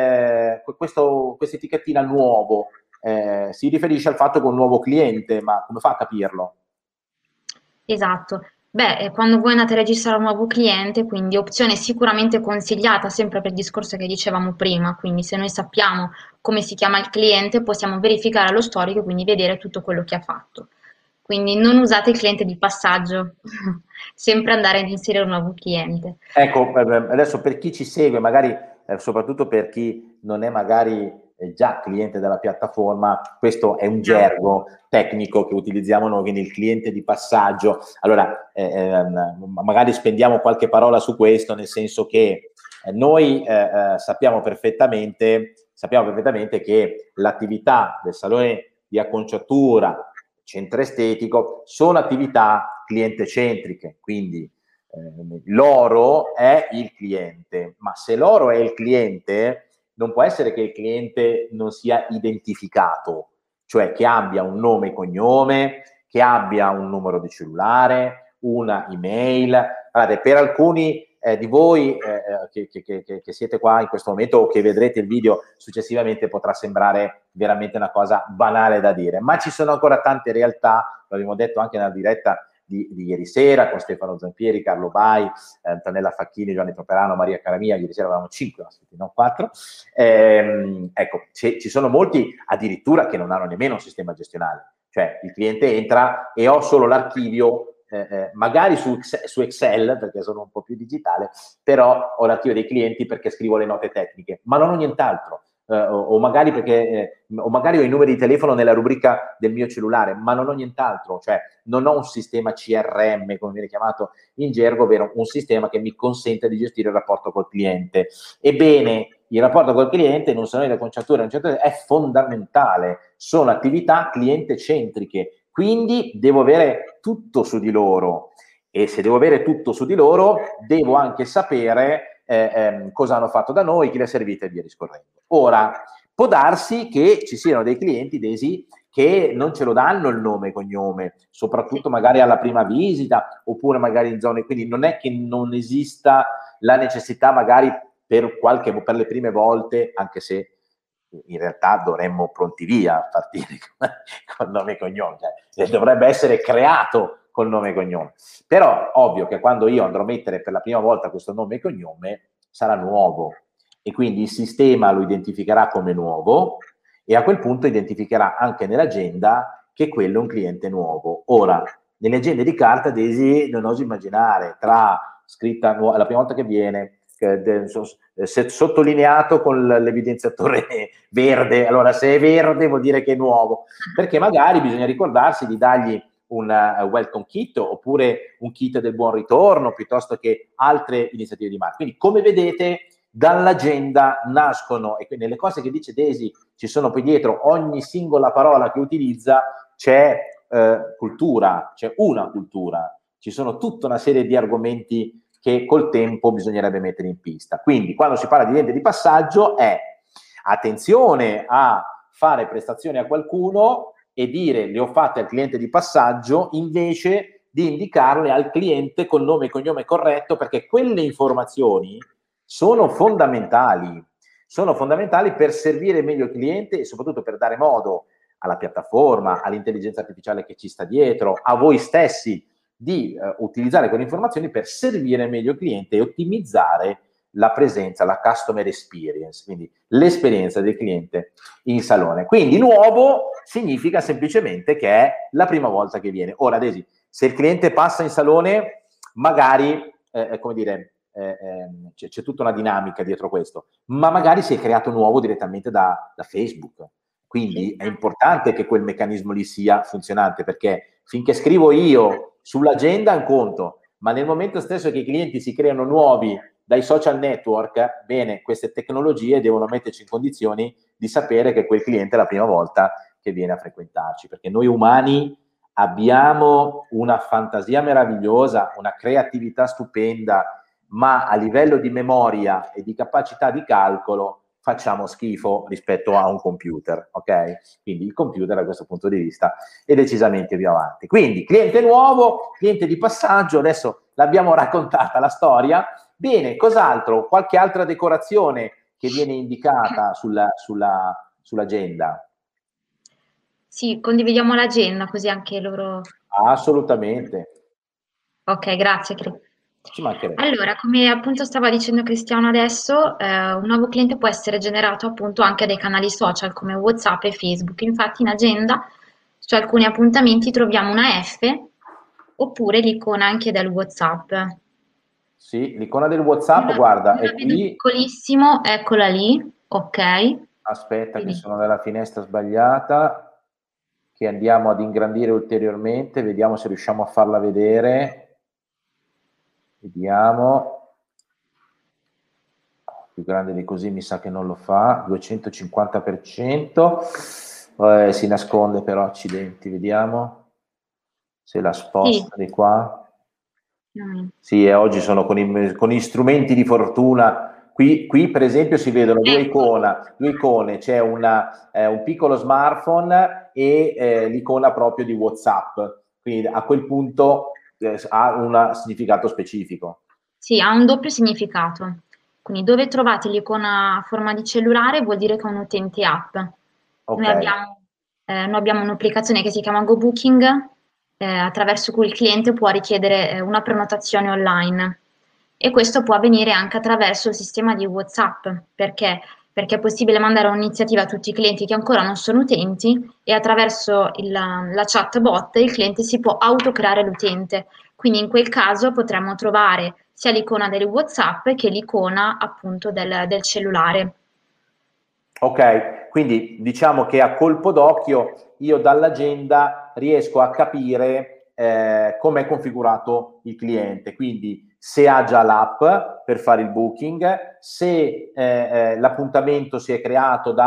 eh, questo questa etichettina nuovo, eh, si riferisce al fatto che è un nuovo cliente, ma come fa a capirlo? Esatto. Beh, eh, quando voi andate a registrare un nuovo cliente, quindi opzione sicuramente consigliata, sempre per il discorso che dicevamo prima, quindi se noi sappiamo come si chiama il cliente, possiamo verificare lo storico e quindi vedere tutto quello che ha fatto. Quindi non usate il cliente di passaggio, sempre andare ad inserire un nuovo cliente. Ecco, adesso per chi ci segue, magari eh, soprattutto per chi non è magari eh, già cliente della piattaforma, questo è un gergo tecnico che utilizziamo noi, quindi il cliente di passaggio. Allora, eh, ehm, magari spendiamo qualche parola su questo, nel senso che eh, noi eh, eh, sappiamo perfettamente, sappiamo perfettamente che l'attività del salone di acconciatura, centro estetico, sono attività cliente centriche, quindi eh, l'oro è il cliente, ma se l'oro è il cliente, non può essere che il cliente non sia identificato, cioè che abbia un nome e cognome, che abbia un numero di cellulare, una email. Guardate, per alcuni eh, di voi eh, che, che, che, che siete qua in questo momento o che vedrete il video successivamente potrà sembrare veramente una cosa banale da dire, ma ci sono ancora tante realtà, lo abbiamo detto anche nella diretta Di, di ieri sera con Stefano Zampieri, Carlo Bai, eh, Antonella Facchini, Giovanni Properano, Maria Caramia. Ieri sera avevamo cinque ospiti, non quattro. Ehm, ecco, ci, ci sono molti addirittura che non hanno nemmeno un sistema gestionale, cioè il cliente entra e ho solo l'archivio, eh, eh, magari su, su Excel perché sono un po' più digitale, però ho l'archivio dei clienti perché scrivo le note tecniche, ma non ho nient'altro. Uh, o, o magari perché eh, o magari ho i numeri di telefono nella rubrica del mio cellulare, ma non ho nient'altro, cioè non ho un sistema C R M, come viene chiamato in gergo, ovvero un sistema che mi consente di gestire il rapporto col cliente. Ebbene, il rapporto col cliente in un salone di acconciatura è fondamentale, sono attività cliente centriche, quindi devo avere tutto su di loro, e se devo avere tutto su di loro devo anche sapere eh, ehm, cosa hanno fatto da noi, chi le ha servite e via discorrendo. Ora, può darsi che ci siano dei clienti, Desi, che non ce lo danno il nome e cognome, soprattutto magari alla prima visita, oppure magari in zone, quindi non è che non esista la necessità magari per qualche, per le prime volte, anche se in realtà dovremmo pronti via a partire con nome e cognome, cioè, dovrebbe essere creato col nome e cognome. Però ovvio che quando io andrò a mettere per la prima volta questo nome e cognome sarà nuovo, e quindi il sistema lo identificherà come nuovo, e a quel punto identificherà anche nell'agenda che quello è un cliente nuovo. Ora, nelle agende di carta, Desi, non oso immaginare, tra scritta la prima volta che viene, se sottolineato con l'evidenziatore verde, allora se è verde vuol dire che è nuovo, perché magari bisogna ricordarsi di dargli un uh, welcome kit, oppure un kit del buon ritorno, piuttosto che altre iniziative di marketing. Quindi, come vedete, dall'agenda nascono, e nelle cose che dice Desi ci sono poi dietro, ogni singola parola che utilizza c'è eh, cultura, c'è una cultura, ci sono tutta una serie di argomenti che col tempo bisognerebbe mettere in pista. Quindi quando si parla di vendita di passaggio è attenzione a fare prestazioni a qualcuno e dire le ho fatte al cliente di passaggio, invece di indicarle al cliente con nome e cognome corretto, perché quelle informazioni sono fondamentali, sono fondamentali per servire meglio il cliente e soprattutto per dare modo alla piattaforma, all'intelligenza artificiale che ci sta dietro, a voi stessi, di eh, utilizzare quelle informazioni per servire meglio il cliente e ottimizzare la presenza, la customer experience, quindi l'esperienza del cliente in salone. Quindi nuovo significa semplicemente che è la prima volta che viene. Ora, Desi, se il cliente passa in salone, magari, eh, come dire, eh, eh, c'è, c'è tutta una dinamica dietro questo, ma magari si è creato nuovo direttamente da, da Facebook. Quindi è importante che quel meccanismo lì sia funzionante, perché finché scrivo io sull'agenda è un conto, ma nel momento stesso che i clienti si creano nuovi dai social network, bene, queste tecnologie devono metterci in condizioni di sapere che quel cliente è la prima volta che viene a frequentarci, perché noi umani abbiamo una fantasia meravigliosa, una creatività stupenda, ma a livello di memoria e di capacità di calcolo facciamo schifo rispetto a un computer, ok? Quindi il computer da questo punto di vista è decisamente più avanti. Quindi cliente nuovo, cliente di passaggio, adesso l'abbiamo raccontata la storia. Bene, cos'altro? Qualche altra decorazione che viene indicata sulla, sulla, sull'agenda? Sì, condividiamo l'agenda così anche loro... Assolutamente. Ok, grazie. Cri. Ci mancherebbe. Allora, come appunto stava dicendo Cristiano adesso, eh, un nuovo cliente può essere generato appunto anche dai canali social come WhatsApp e Facebook. Infatti in agenda su alcuni appuntamenti troviamo una F oppure l'icona anche del WhatsApp. Sì, l'icona del WhatsApp, Una, guarda, una è vedo qui. piccolissimo, eccola lì, ok. Aspetta che Quindi, sono nella finestra sbagliata, che andiamo ad ingrandire ulteriormente, vediamo se riusciamo a farla vedere. Vediamo. Più grande di così mi sa che non lo fa, duecentocinquanta per cento. Eh, si nasconde però, accidenti, vediamo se la sposta sì. di qua. Mm. Sì, e oggi sono con, i, con gli strumenti di fortuna. Qui, qui per esempio si vedono due icone, due icone, c'è una, eh, un piccolo smartphone e eh, l'icona proprio di WhatsApp. Quindi a quel punto eh, ha un significato specifico. Sì, ha un doppio significato. Quindi dove trovate l'icona a forma di cellulare vuol dire che è un utente app. Ok. Noi abbiamo, eh, noi abbiamo un'applicazione che si chiama GoBooking, eh, attraverso cui il cliente può richiedere eh, una prenotazione online. E questo può avvenire anche attraverso il sistema di WhatsApp. Perché? Perché è possibile mandare un'iniziativa a tutti i clienti che ancora non sono utenti e attraverso il- la chatbot il cliente si può autocreare l'utente. Quindi in quel caso potremmo trovare sia l'icona del WhatsApp che l'icona appunto del, del cellulare. Ok, quindi diciamo che a colpo d'occhio io dall'agenda riesco a capire eh, come è configurato il cliente, quindi se ha già l'app per fare il booking, se eh, eh, l'appuntamento si è creato da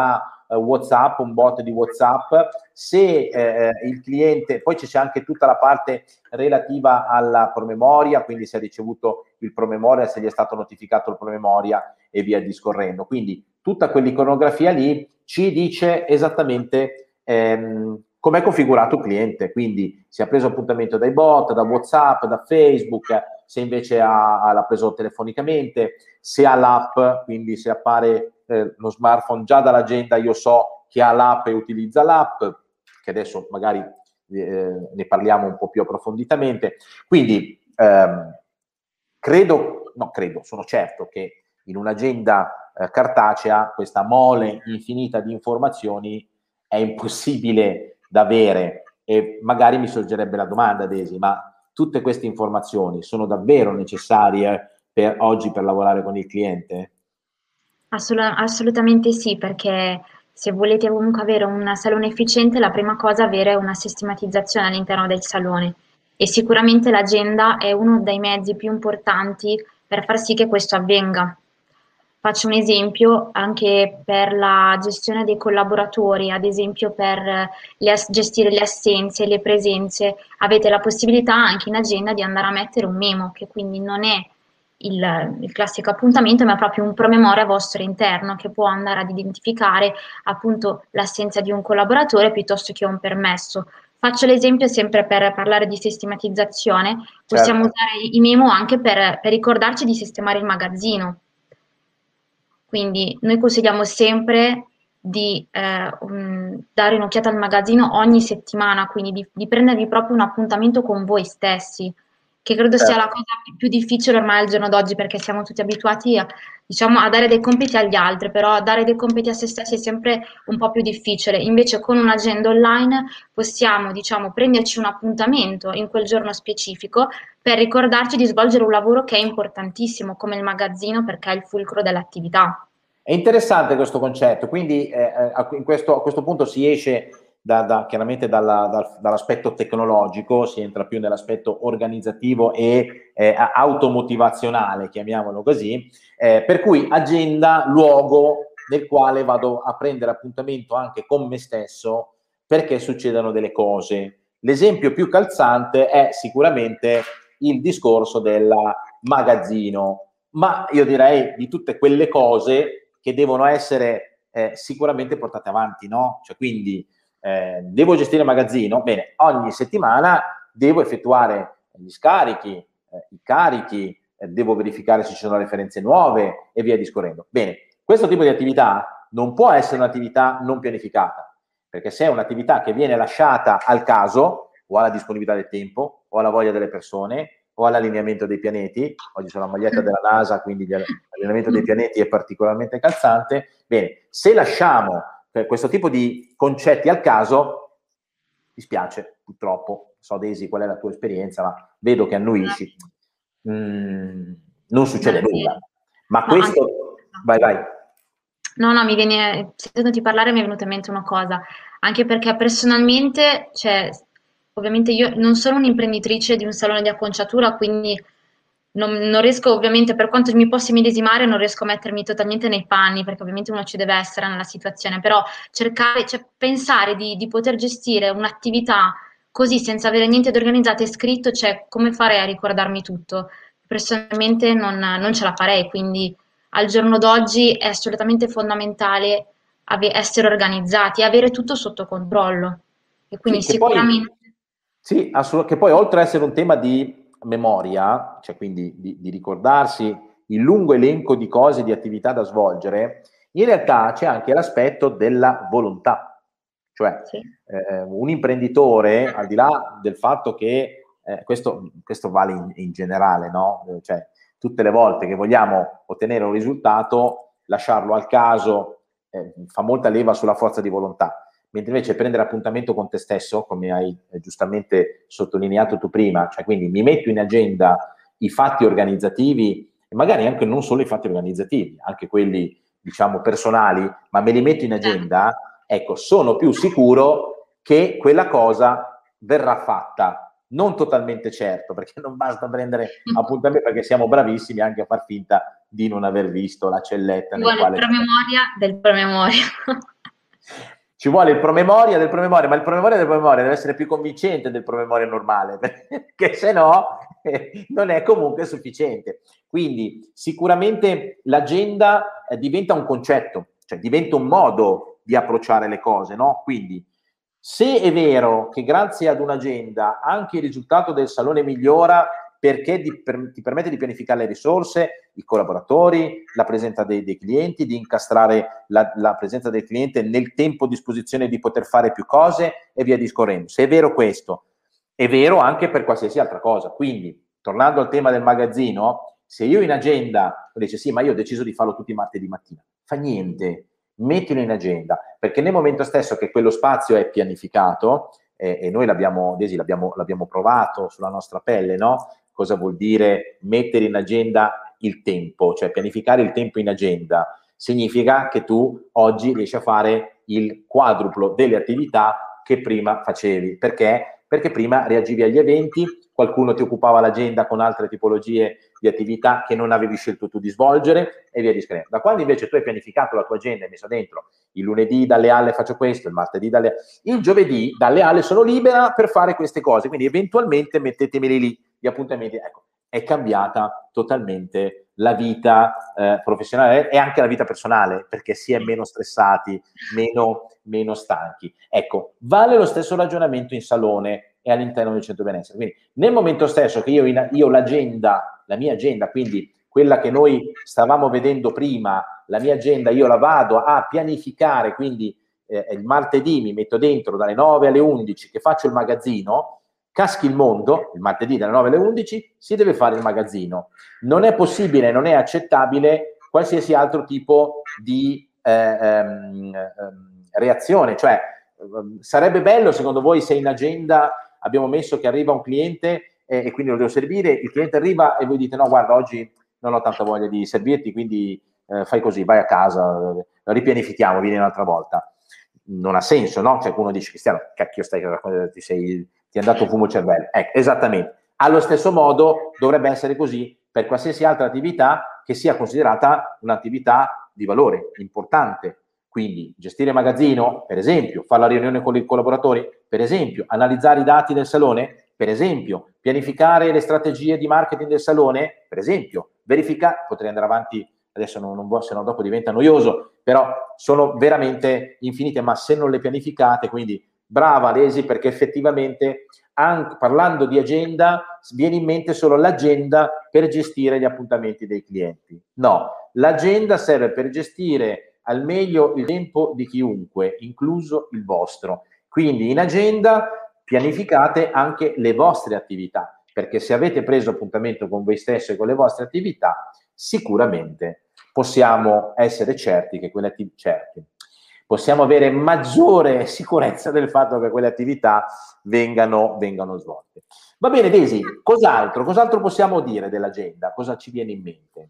eh, WhatsApp, un bot di WhatsApp. Se eh, il cliente, poi c'è anche tutta la parte relativa alla promemoria, quindi se ha ricevuto il promemoria, se gli è stato notificato il promemoria e via discorrendo. Quindi tutta quell'iconografia lì ci dice esattamente ehm, com'è configurato il cliente, quindi se ha preso appuntamento dai bot, da WhatsApp, da Facebook, se invece ha, ha l'ha preso telefonicamente, se ha l'app, quindi se appare eh, lo smartphone già dall'agenda, io so che ha l'app e utilizza l'app, che adesso magari eh, ne parliamo un po' più approfonditamente. Quindi ehm, credo, no credo, sono certo che in un'agenda eh, cartacea questa mole infinita di informazioni è impossibile da avere, e magari mi sorgerebbe la domanda, Desi, ma tutte queste informazioni sono davvero necessarie per oggi per lavorare con il cliente? Assolut- assolutamente sì, perché se volete comunque avere un salone efficiente, la prima cosa è avere una sistematizzazione all'interno del salone e sicuramente l'agenda è uno dei mezzi più importanti per far sì che questo avvenga. Faccio un esempio anche per la gestione dei collaboratori, ad esempio per le ass- gestire le assenze, le presenze, avete la possibilità anche in agenda di andare a mettere un memo, che quindi non è il, il classico appuntamento, ma è proprio un promemoria vostro interno che può andare ad identificare appunto l'assenza di un collaboratore piuttosto che un permesso. Faccio l'esempio sempre per parlare di sistematizzazione, possiamo Certo. usare i memo anche per, per ricordarci di sistemare il magazzino. Quindi noi consigliamo sempre di eh, um, dare un'occhiata al magazzino ogni settimana, quindi di, di prendervi proprio un appuntamento con voi stessi, che credo sia la Certo. cosa più più difficile ormai al giorno d'oggi, perché siamo tutti abituati a, diciamo, a dare dei compiti agli altri, però dare dei compiti a se stessi è sempre un po' più difficile. Invece con un'agenda online possiamo, diciamo, prenderci un appuntamento in quel giorno specifico per ricordarci di svolgere un lavoro che è importantissimo, come il magazzino, perché è il fulcro dell'attività. È interessante questo concetto, quindi eh, a, in questo, a questo punto si esce da, da, chiaramente dalla, dal, dall'aspetto tecnologico, si entra più nell'aspetto organizzativo e eh, automotivazionale, chiamiamolo così, eh, per cui agenda, luogo nel quale vado a prendere appuntamento anche con me stesso perché succedano delle cose. L'esempio più calzante è sicuramente il discorso del magazzino, ma io direi di tutte quelle cose che devono essere eh, sicuramente portate avanti, no? Cioè, quindi eh, devo gestire il magazzino, bene, ogni settimana devo effettuare gli scarichi, eh, i carichi, eh, devo verificare se ci sono referenze nuove e via discorrendo. Bene, questo tipo di attività non può essere un'attività non pianificata, perché se è un'attività che viene lasciata al caso, o alla disponibilità del tempo, o alla voglia delle persone, o all'allineamento dei pianeti, oggi sono la maglietta della NASA, quindi l'allineamento dei pianeti è particolarmente calzante. Bene, se lasciamo eh, questo tipo di concetti al caso, mi spiace, purtroppo, so Desi qual è la tua esperienza, ma vedo che annuisci, mm, non Non succede è nulla. vero. Ma No, anche questo, vai vai. no, no, mi viene, sentendoti parlare mi è venuta in mente una cosa, anche perché personalmente, cioè, ovviamente io non sono un'imprenditrice di un salone di acconciatura, quindi non, non riesco, ovviamente, per quanto mi possa immedesimare, non riesco a mettermi totalmente nei panni, perché ovviamente uno ci deve essere nella situazione, però cercare, cioè, pensare di, di poter gestire un'attività così senza avere niente di organizzato e scritto, cioè, come farei a ricordarmi tutto? Personalmente non, non ce la farei, quindi al giorno d'oggi è assolutamente fondamentale ave- essere organizzati, avere tutto sotto controllo. E quindi Sì, che poi, sicuramente sì, assolut- che poi oltre ad essere un tema di memoria, cioè quindi di, di ricordarsi il lungo elenco di cose, di attività da svolgere, in realtà c'è anche l'aspetto della volontà. Cioè sì. eh, un imprenditore, al di là del fatto che eh, questo, questo vale in, in generale, no? Eh, Cioè tutte le volte che vogliamo ottenere un risultato, lasciarlo al caso eh, fa molta leva sulla forza di volontà. Mentre invece prendere appuntamento con te stesso, come hai eh, giustamente sottolineato tu prima, cioè quindi mi metto in agenda i fatti organizzativi, e magari anche non solo i fatti organizzativi, anche quelli diciamo personali, ma me li metto in agenda, ecco, sono più sicuro che quella cosa verrà fatta. Non totalmente certo, perché non basta prendere appuntamento, perché siamo bravissimi anche a far finta di non aver visto la celletta Ci nel vuole il quale... promemoria del promemoria. Ci vuole il promemoria del promemoria, ma il promemoria del promemoria deve essere più convincente del promemoria normale, perché se no eh, non è comunque sufficiente. Quindi sicuramente l'agenda eh, diventa un concetto, cioè diventa un modo di approcciare le cose, no? Quindi se è vero che grazie ad un'agenda anche il risultato del salone migliora perché di, per, ti permette di pianificare le risorse, i collaboratori, la presenza dei, dei clienti, di incastrare la, la presenza del cliente nel tempo a disposizione di poter fare più cose e via discorrendo. Se è vero questo, è vero anche per qualsiasi altra cosa. Quindi, tornando al tema del magazzino, se io in agenda dice sì, ma io ho deciso di farlo tutti i martedì mattina, fa niente, mettilo in agenda, perché nel momento stesso che quello spazio è pianificato, eh, e noi l'abbiamo, Desi, l'abbiamo, l'abbiamo provato sulla nostra pelle, no? Cosa vuol dire mettere in agenda il tempo, cioè pianificare il tempo in agenda? Significa che tu oggi riesci a fare il quadruplo delle attività che prima facevi. Perché? Perché prima reagivi agli eventi, qualcuno ti occupava l'agenda con altre tipologie di attività che non avevi scelto tu di svolgere e via discorrendo. Da quando invece tu hai pianificato la tua agenda e messo dentro il lunedì dalle alle faccio questo, il martedì dalle il giovedì dalle alle sono libera per fare queste cose, quindi eventualmente mettetemeli lì gli appuntamenti, ecco, è cambiata totalmente la vita eh, professionale e anche la vita personale, perché si è meno stressati, meno, meno stanchi. Ecco, vale lo stesso ragionamento in salone e all'interno del centro benessere. Quindi nel momento stesso che io, in, io l'agenda, la mia agenda, quindi quella che noi stavamo vedendo prima, la mia agenda, io la vado a pianificare, quindi eh, il martedì mi metto dentro dalle nove alle undici che faccio il magazzino, caschi il mondo, il martedì dalle nove alle undici si deve fare il magazzino. Non è possibile, non è accettabile qualsiasi altro tipo di eh, ehm, reazione, cioè sarebbe bello secondo voi se in agenda abbiamo messo che arriva un cliente e, e quindi lo devo servire, il cliente arriva e voi dite no guarda oggi non ho tanta voglia di servirti, quindi eh, fai così, vai a casa, ripianifichiamo, vieni un'altra volta. Non ha senso, no? Cioè uno dice Cristiano, cacchio stai, ti sei ti è andato fumo cervello. Ecco, esattamente. Allo stesso modo dovrebbe essere così per qualsiasi altra attività che sia considerata un'attività di valore importante. Quindi gestire magazzino, per esempio, fare la riunione con i collaboratori, per esempio, analizzare i dati del salone, per esempio, pianificare le strategie di marketing del salone, per esempio, verificare, potrei andare avanti, adesso non, non vuoi, se no dopo diventa noioso, però sono veramente infinite, ma se non le pianificate, quindi brava Lesi, perché effettivamente anche parlando di agenda viene in mente solo l'agenda per gestire gli appuntamenti dei clienti. No, l'agenda serve per gestire al meglio il tempo di chiunque, incluso il vostro. Quindi in agenda pianificate anche le vostre attività, perché se avete preso appuntamento con voi stesso e con le vostre attività, sicuramente possiamo essere certi che quelle attività certi. possiamo avere maggiore sicurezza del fatto che quelle attività vengano, vengano svolte. Va bene, Desi, cos'altro? Cos'altro possiamo dire dell'agenda? Cosa ci viene in mente?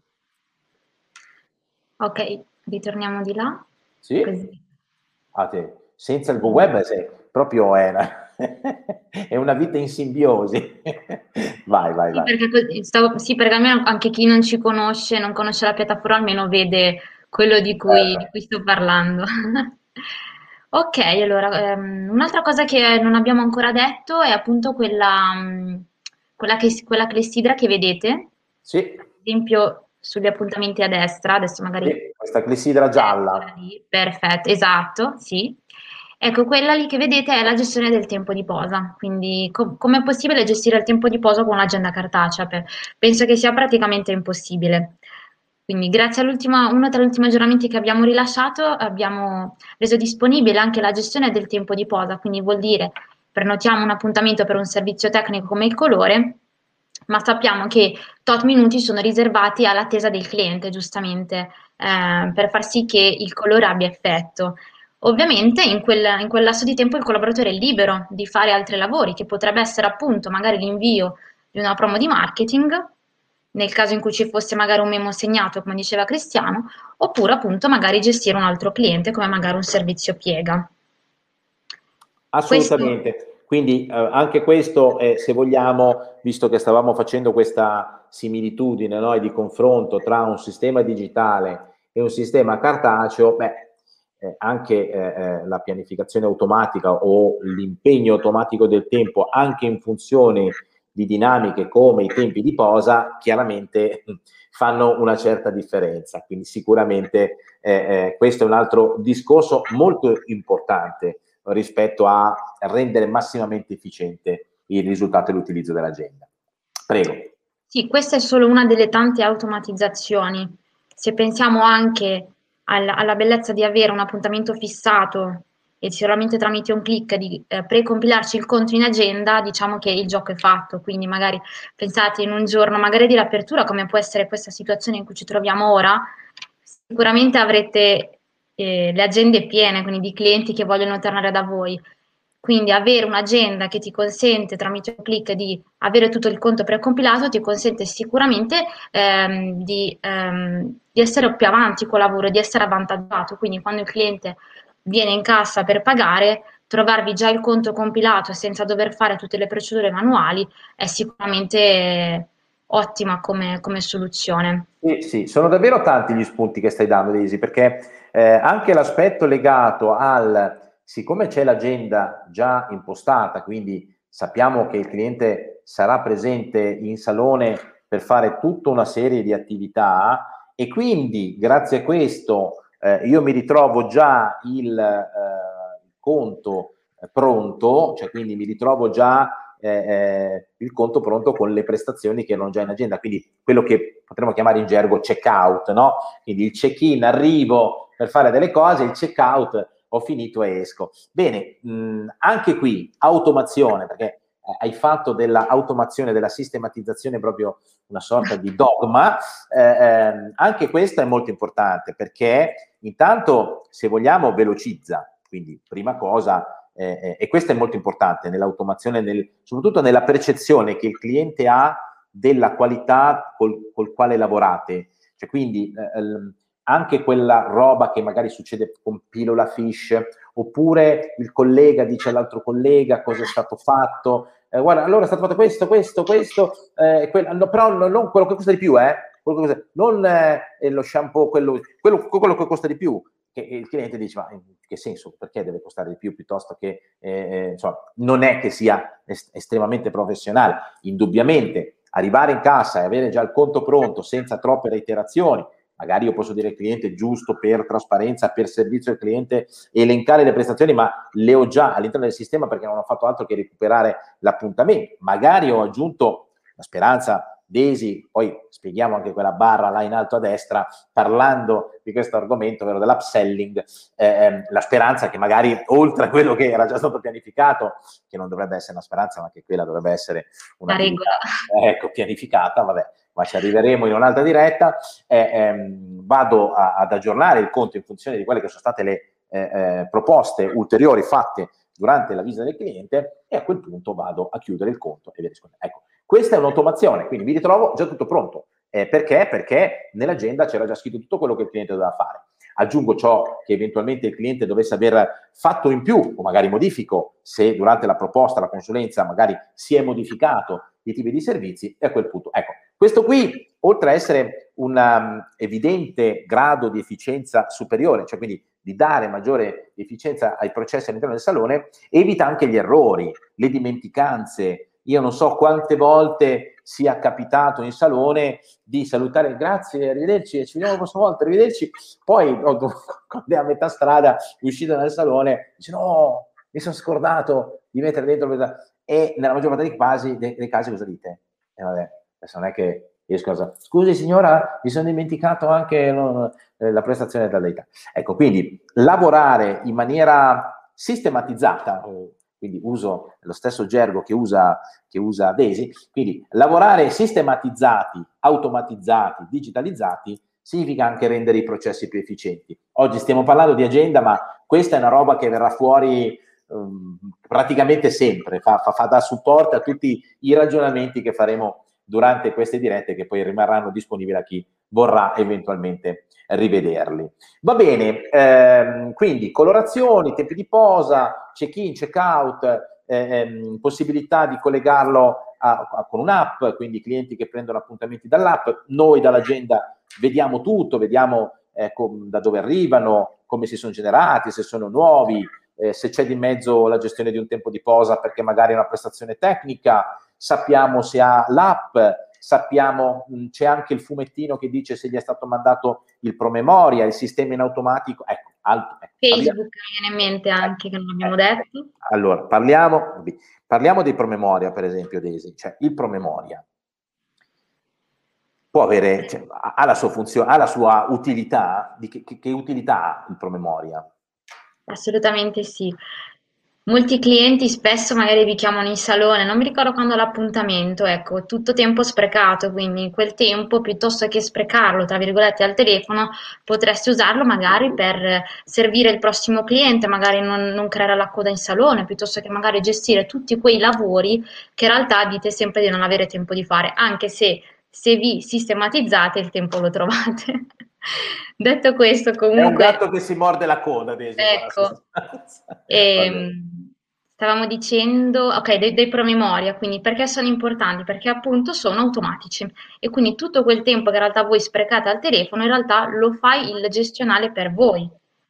Ok, ritorniamo di là. Sì? Così. Ah, te. Senza il web sei, proprio è una, è una vita in simbiosi. Vai, vai, Sì, vai. perché, così- stavo- sì, perché almeno anche chi non ci conosce, non conosce la piattaforma, almeno vede quello di cui, di Certo. cui sto parlando. Ok, allora, ehm, un'altra cosa che non abbiamo ancora detto è appunto quella, mh, quella, che, quella clessidra che vedete, ad Sì, esempio sugli appuntamenti a destra, adesso magari sì, questa clessidra eccola gialla. lì, perfetto, esatto, sì. Ecco, quella lì che vedete è la gestione del tempo di posa, quindi com- com'è possibile gestire il tempo di posa con un'agenda cartacea? Pe- Penso che sia praticamente impossibile. Quindi grazie all'ultima, uno tra gli ultimi aggiornamenti che abbiamo rilasciato abbiamo reso disponibile anche la gestione del tempo di posa, quindi vuol dire prenotiamo un appuntamento per un servizio tecnico come il colore, ma sappiamo che tot minuti sono riservati all'attesa del cliente, giustamente, eh, per far sì che il colore abbia effetto. Ovviamente in quel, in quel lasso di tempo il collaboratore è libero di fare altri lavori, che potrebbe essere appunto magari l'invio di una promo di marketing, nel caso in cui ci fosse magari un memo segnato, come diceva Cristiano, oppure appunto magari gestire un altro cliente, come magari un servizio piega. Questo Assolutamente. Quindi eh, anche questo, eh, se vogliamo, visto che stavamo facendo questa similitudine, no, e di confronto tra un sistema digitale e un sistema cartaceo, beh, eh, anche eh, la pianificazione automatica o l'impegno automatico del tempo anche in funzione di dinamiche come i tempi di posa, chiaramente fanno una certa differenza. Quindi sicuramente eh, eh, questo è un altro discorso molto importante rispetto a rendere massimamente efficiente il risultato e l'utilizzo dell'agenda. Prego. Sì, questa è solo una delle tante automatizzazioni. Se pensiamo anche alla, alla bellezza di avere un appuntamento fissato e solamente tramite un clic di eh, precompilarci il conto in agenda, diciamo che il gioco è fatto. Quindi magari pensate in un giorno, magari di riapertura, come può essere questa situazione in cui ci troviamo ora, sicuramente avrete eh, le agende piene, quindi di clienti che vogliono tornare da voi. Quindi avere un'agenda che ti consente tramite un clic di avere tutto il conto precompilato ti consente sicuramente ehm, di, ehm, di essere più avanti col lavoro, di essere avvantaggiato. Quindi quando il cliente viene in cassa per pagare, trovarvi già il conto compilato senza dover fare tutte le procedure manuali è sicuramente ottima come, come soluzione. Sì, sì, sono davvero tanti gli spunti che stai dando, Daisy, perché eh, anche l'aspetto legato al, siccome c'è l'agenda già impostata, quindi sappiamo che il cliente sarà presente in salone per fare tutta una serie di attività e quindi grazie a questo eh, io mi ritrovo già il eh, conto pronto, cioè quindi mi ritrovo già Eh, eh, il conto pronto con le prestazioni che erano già in agenda, quindi quello che potremmo chiamare in gergo check-out, no? Quindi il check-in, arrivo per fare delle cose, il check-out, ho finito e esco. Bene, mh, anche qui automazione, perché eh, hai fatto dell'automazione, della sistematizzazione proprio una sorta di dogma, eh, eh, anche questo è molto importante perché intanto, se vogliamo, velocizza, quindi prima cosa. Eh, e questo è molto importante nell'automazione, nel, soprattutto nella percezione che il cliente ha della qualità col, col quale lavorate. Cioè, quindi eh, anche quella roba che magari succede con pillola fish, oppure il collega dice all'altro collega cosa è stato fatto, eh, guarda, allora è stato fatto questo, questo, questo, eh, quello, no, però no, non quello che costa di più, eh, quello che costa, non eh, lo shampoo, quello, quello, quello che costa di più. Che il cliente dice ma in che senso, perché deve costare di più piuttosto che eh, insomma, non è che sia est- estremamente professionale. Indubbiamente arrivare in cassa e avere già il conto pronto senza troppe reiterazioni, magari io posso dire al cliente giusto per trasparenza, per servizio al cliente, elencare le prestazioni, ma le ho già all'interno del sistema perché non ho fatto altro che recuperare l'appuntamento. Magari ho aggiunto la speranza, Daisy, poi spieghiamo anche quella barra là in alto a destra, parlando di questo argomento, ovvero dell'upselling, eh, la speranza che magari oltre a quello che era già stato pianificato, che non dovrebbe essere una speranza, ma che quella dovrebbe essere una regola, ecco, pianificata, vabbè, ma ci arriveremo in un'altra diretta, eh, ehm, vado a, ad aggiornare il conto in funzione di quelle che sono state le eh, eh, proposte ulteriori fatte durante la visita del cliente e a quel punto vado a chiudere il conto e via discorrendo. Ecco, questa è un'automazione, quindi mi ritrovo già tutto pronto. Eh, perché? Perché nell'agenda c'era già scritto tutto quello che il cliente doveva fare. Aggiungo ciò che eventualmente il cliente dovesse aver fatto in più, o magari modifico, se durante la proposta, la consulenza, magari si è modificato i tipi di servizi, e a quel punto, ecco, questo qui, oltre a essere un um, evidente grado di efficienza superiore, cioè quindi di dare maggiore efficienza ai processi all'interno del salone, evita anche gli errori, le dimenticanze. Io non so quante volte sia capitato in salone di salutare, grazie, arrivederci, ci vediamo la prossima volta, arrivederci. Poi, quando è a metà strada, uscito dal salone, dice no, mi sono scordato di mettere dentro. E nella maggior parte dei casi, dei, dei casi cosa dite? E vabbè, adesso non è che riesco a... Scusi signora, mi sono dimenticato anche no, la prestazione della data. Ecco, quindi lavorare in maniera sistematizzata, quindi uso lo stesso gergo che usa, che usa Daisy, quindi lavorare sistematizzati, automatizzati, digitalizzati, significa anche rendere i processi più efficienti. Oggi stiamo parlando di agenda, ma questa è una roba che verrà fuori um, praticamente sempre, fa, fa, fa da supporto a tutti i ragionamenti che faremo durante queste dirette, che poi rimarranno disponibili a chi vorrà eventualmente rivederli. Va bene, ehm, quindi colorazioni, tempi di posa, check-in, check-out, ehm, possibilità di collegarlo a, a, con un'app, quindi clienti che prendono appuntamenti dall'app, noi dall'agenda vediamo tutto, vediamo ecco, da dove arrivano, come si sono generati, se sono nuovi, eh, se c'è di mezzo la gestione di un tempo di posa perché magari è una prestazione tecnica, sappiamo se ha l'app, sappiamo, mh, c'è anche il fumettino che dice se gli è stato mandato il promemoria, il sistema in automatico, ecco, altro, ecco Facebook parliamo, mi viene in mente anche, che non abbiamo ecco, detto. allora, parliamo, parliamo dei promemoria, per esempio, Desi, cioè il promemoria può avere, cioè, ha la sua funzione, ha la sua utilità, di che, che, che utilità ha il promemoria? Assolutamente sì. Molti clienti spesso magari vi chiamano in salone, non mi ricordo quando l'appuntamento, ecco, tutto tempo sprecato, quindi quel tempo piuttosto che sprecarlo, tra virgolette, al telefono, potresti usarlo magari per servire il prossimo cliente, magari non, non creare la coda in salone, piuttosto che magari gestire tutti quei lavori che in realtà dite sempre di non avere tempo di fare, anche se se vi sistematizzate il tempo lo trovate. Detto questo, È un comunque, gatto che si morde la coda, Desi, in buona ecco, sostanza. Va bene. ehm, stavamo dicendo, ok, dei, dei promemoria, quindi perché sono importanti? Perché appunto sono automatici e quindi tutto quel tempo che in realtà voi sprecate al telefono, in realtà lo fa il gestionale per voi.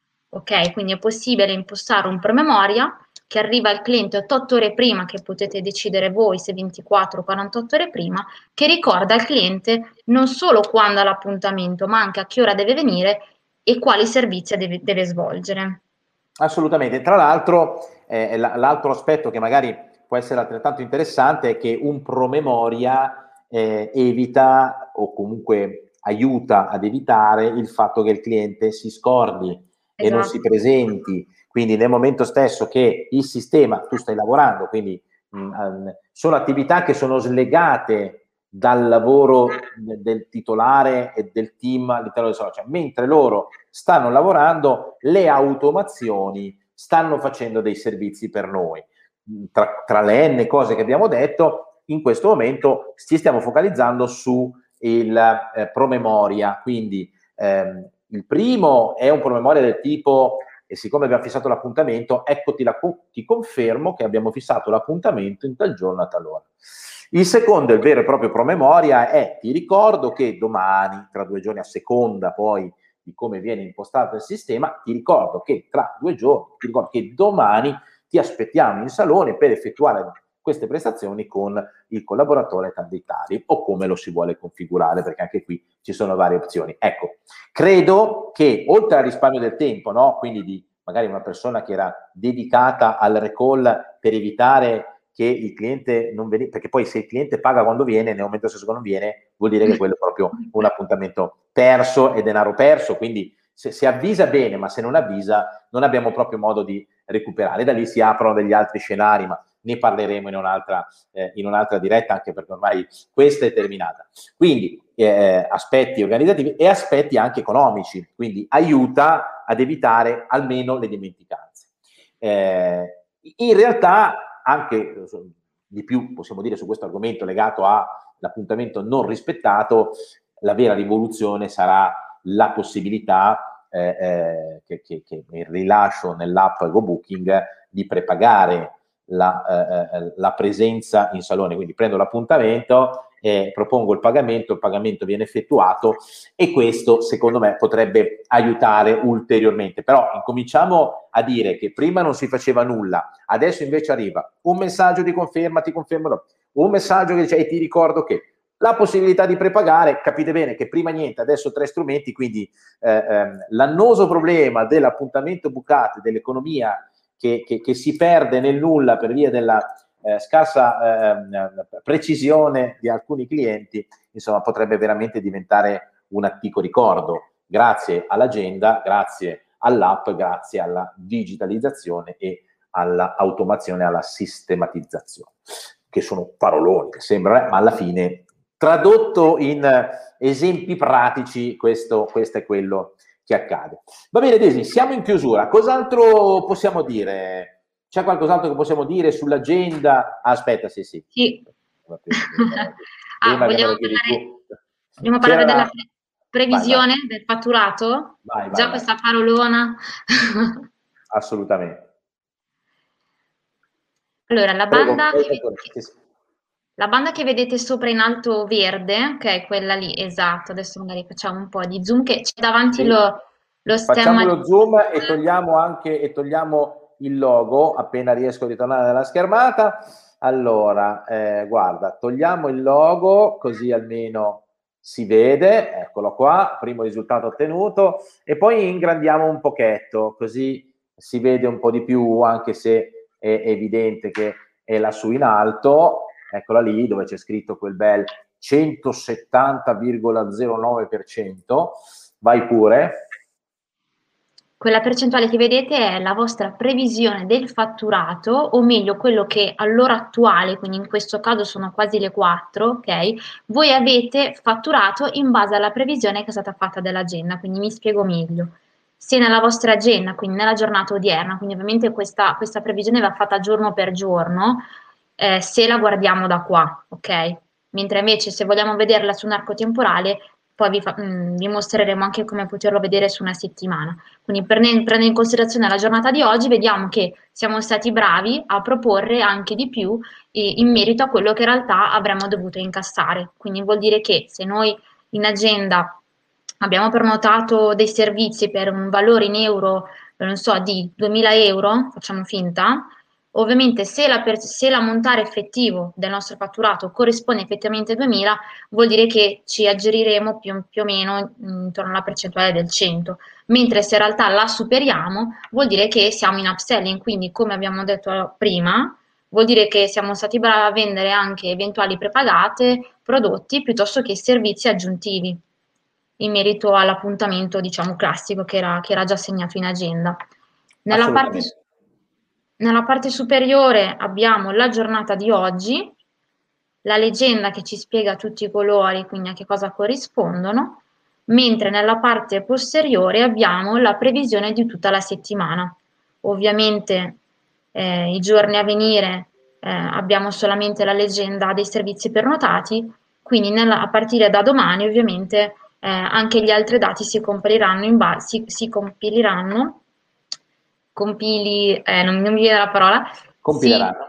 Ok, quindi è possibile impostare un promemoria che arriva al cliente ottantotto ore prima, che potete decidere voi se ventiquattro o quarantotto ore prima, che ricorda al cliente non solo quando ha l'appuntamento, ma anche a che ora deve venire e quali servizi deve, deve svolgere. Assolutamente. Tra l'altro, eh, l'altro aspetto che magari può essere altrettanto interessante è che un promemoria eh, evita o comunque aiuta ad evitare il fatto che il cliente si scordi e non si Esatto. presenti. Quindi nel momento stesso che il sistema, tu stai lavorando, quindi mh, sono attività che sono slegate dal lavoro del titolare e del team all'interno del social, mentre loro stanno lavorando, le automazioni stanno facendo dei servizi per noi. Tra, tra le n cose che abbiamo detto, in questo momento ci stiamo focalizzando su il eh, promemoria, quindi ehm, il primo è un promemoria del tipo, e siccome abbiamo fissato l'appuntamento, eccoti la, ti confermo che abbiamo fissato l'appuntamento in tal giorno a tal ora. Il secondo, il vero e proprio promemoria, è ti ricordo che domani, tra due giorni, a seconda poi di come viene impostato il sistema, ti ricordo che tra due giorni, ti ricordo che domani ti aspettiamo in salone per effettuare queste prestazioni con il collaboratore dei tali o come lo si vuole configurare, perché anche qui ci sono varie opzioni. Ecco, credo che oltre al risparmio del tempo, no? Quindi di magari una persona che era dedicata al recall per evitare che il cliente non veniva, perché poi se il cliente paga quando viene, nel momento stesso che non viene, vuol dire che quello è proprio un appuntamento perso e denaro perso, quindi se, se avvisa bene, ma se non avvisa non abbiamo proprio modo di recuperare. Da lì si aprono degli altri scenari, ma ne parleremo in un'altra, eh, in un'altra diretta, anche perché ormai questa è terminata. Quindi eh, aspetti organizzativi e aspetti anche economici, quindi aiuta ad evitare almeno le dimenticanze. Eh, in realtà anche di più possiamo dire su questo argomento legato all'appuntamento non rispettato, la vera rivoluzione sarà la possibilità eh, eh, che, che, che il rilascio nell'app GoBooking di prepagare la, eh, la presenza in salone, quindi prendo l'appuntamento e propongo il pagamento, il pagamento viene effettuato e questo secondo me potrebbe aiutare ulteriormente. Però incominciamo a dire che prima non si faceva nulla, adesso invece arriva un messaggio di conferma, ti confermo, un messaggio che dice e ti ricordo che la possibilità di prepagare, capite bene che prima niente, adesso tre strumenti, quindi eh, ehm, l'annoso problema dell'appuntamento bucato, dell'economia che, che, che si perde nel nulla per via della eh, scarsa eh, precisione di alcuni clienti, insomma potrebbe veramente diventare un antico ricordo, grazie all'agenda, grazie all'app, grazie alla digitalizzazione e alla automazione, alla sistematizzazione, che sono paroloni che sembrano, ma alla fine tradotto in esempi pratici, questo, questo è quello che accade. Va bene, Desi, siamo in chiusura. Cos'altro possiamo dire? C'è qualcos'altro che possiamo dire sull'agenda? Ah, aspetta, sì, sì. Sì. Ah, Prima che me vogliamo lo chiedi parlare, tu. vogliamo parlare della C'era... pre- Vai, vai, previsione del fatturato? vai, vai, Già vai. questa parolona. Assolutamente. Allora, la Prego, banda prego, che, sì, sì. la banda che vedete sopra in alto verde, che è quella lì, esatto, adesso magari facciamo un po' di zoom, che c'è davanti Sì. lo, lo Facciamo stemma di... lo zoom e togliamo anche e togliamo il logo appena riesco a ritornare nella schermata. Allora, eh, guarda, togliamo il logo così almeno si vede, eccolo qua, primo risultato ottenuto, e poi ingrandiamo un pochetto, così si vede un po' di più, anche se è evidente che è lassù in alto, eccola lì dove c'è scritto quel bel centosettanta virgola zero nove per cento. Vai pure. Quella percentuale che vedete è la vostra previsione del fatturato, o meglio quello che all'ora attuale, quindi in questo caso sono quasi le quattro, ok? Voi avete fatturato in base alla previsione che è stata fatta dall'agenda, quindi mi spiego meglio. Se nella vostra agenda, quindi nella giornata odierna, quindi ovviamente questa, questa previsione va fatta giorno per giorno, eh, se la guardiamo da qua, ok? Mentre invece se vogliamo vederla su un arco temporale, poi vi, fa- mh, vi mostreremo anche come poterlo vedere su una settimana. Quindi prendendo in considerazione la giornata di oggi, vediamo che siamo stati bravi a proporre anche di più eh, in merito a quello che in realtà avremmo dovuto incassare. Quindi vuol dire che se noi in agenda abbiamo prenotato dei servizi per un valore in euro, non so, di duemila euro, facciamo finta, ovviamente se la, per- se l'ammontare effettivo del nostro fatturato corrisponde effettivamente a duemila, vuol dire che ci aggiriremo più, più o meno intorno alla percentuale del cento, mentre se in realtà la superiamo vuol dire che siamo in upselling, quindi come abbiamo detto prima, vuol dire che siamo stati bravi a vendere anche eventuali prepagate, prodotti piuttosto che servizi aggiuntivi in merito all'appuntamento, diciamo, classico che era, che era già segnato in agenda. Nella parte, Assolutamente. nella parte superiore abbiamo la giornata di oggi, la leggenda che ci spiega tutti i colori, quindi a che cosa corrispondono, mentre nella parte posteriore abbiamo la previsione di tutta la settimana. Ovviamente eh, i giorni a venire eh, abbiamo solamente la leggenda dei servizi prenotati, quindi nella, a partire da domani ovviamente eh, anche gli altri dati si compiliranno, in base, si, si compiliranno, compili, eh, non, non mi viene la parola, si, Compileranno.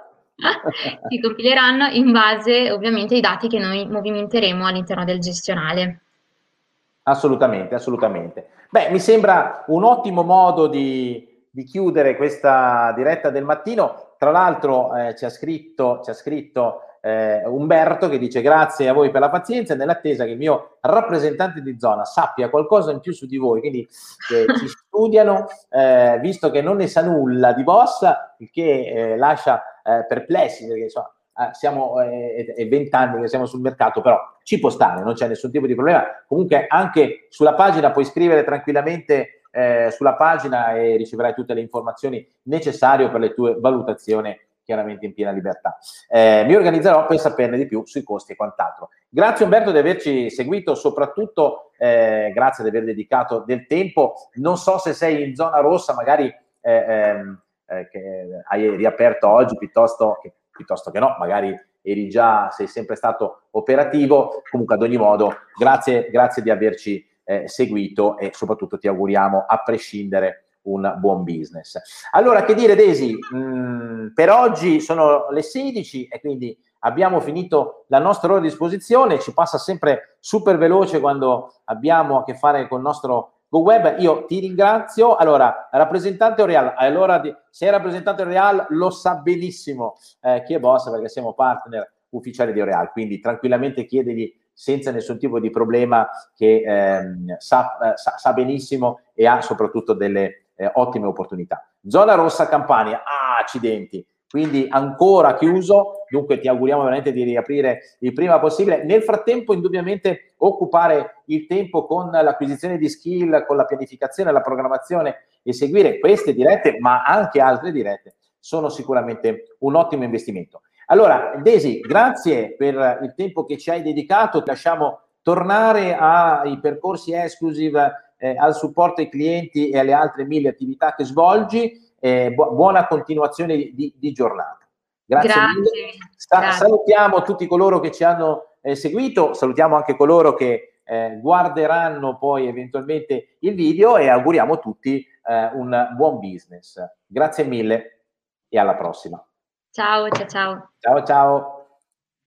si compileranno in base ovviamente ai dati che noi movimenteremo all'interno del gestionale. Assolutamente, assolutamente. Beh, mi sembra un ottimo modo di, di chiudere questa diretta del mattino. Tra l'altro eh, ci ha scritto, ci ha scritto eh, Umberto che dice grazie a voi per la pazienza, nell'attesa che il mio rappresentante di zona sappia qualcosa in più su di voi, quindi eh, ci studiano, eh, visto che non ne sa nulla di Boss, il che eh, lascia eh, perplessi, perché insomma, eh, siamo eh, vent'anni che siamo sul mercato, però ci può stare, non c'è nessun tipo di problema. Comunque anche sulla pagina puoi scrivere tranquillamente eh, sulla pagina e riceverai tutte le informazioni necessarie per le tue valutazioni, chiaramente in piena libertà. Eh, mi organizzerò per saperne di più sui costi e quant'altro. Grazie Umberto di averci seguito, soprattutto eh, grazie di aver dedicato del tempo. Non so se sei in zona rossa, magari eh, ehm, eh, che hai riaperto oggi piuttosto che, piuttosto che no, magari eri già, sei sempre stato operativo. Comunque ad ogni modo grazie, grazie di averci eh, seguito e soprattutto ti auguriamo a prescindere un buon business. Allora, che dire Desi, mh, per oggi sono le sedici e quindi abbiamo finito la nostra ora a disposizione, ci passa sempre super veloce quando abbiamo a che fare con il nostro GoWeb. Io ti ringrazio. Allora, rappresentante L'Oreal, allora se è rappresentante L'Oreal lo sa benissimo eh, chi è Boss, perché siamo partner ufficiali di L'Oreal, quindi tranquillamente chiedegli senza nessun tipo di problema, che ehm, sa, eh, sa, sa benissimo e ha soprattutto delle eh, ottime opportunità. Zona rossa Campania, ah, accidenti, quindi ancora chiuso, dunque ti auguriamo veramente di riaprire il prima possibile. Nel frattempo indubbiamente occupare il tempo con l'acquisizione di skill, con la pianificazione, la programmazione e seguire queste dirette, ma anche altre dirette, sono sicuramente un ottimo investimento. Allora, Desi, grazie per il tempo che ci hai dedicato. Ti lasciamo tornare ai percorsi exclusive, eh, al supporto ai clienti e alle altre mille attività che svolgi. Eh, bu- buona continuazione di, di giornata. Grazie mille. Grazie, Sa- grazie. salutiamo tutti coloro che ci hanno eh, seguito, salutiamo anche coloro che eh, guarderanno poi eventualmente il video e auguriamo a tutti eh, un buon business. Grazie mille e alla prossima. Ciao, ciao, ciao. Ciao ciao.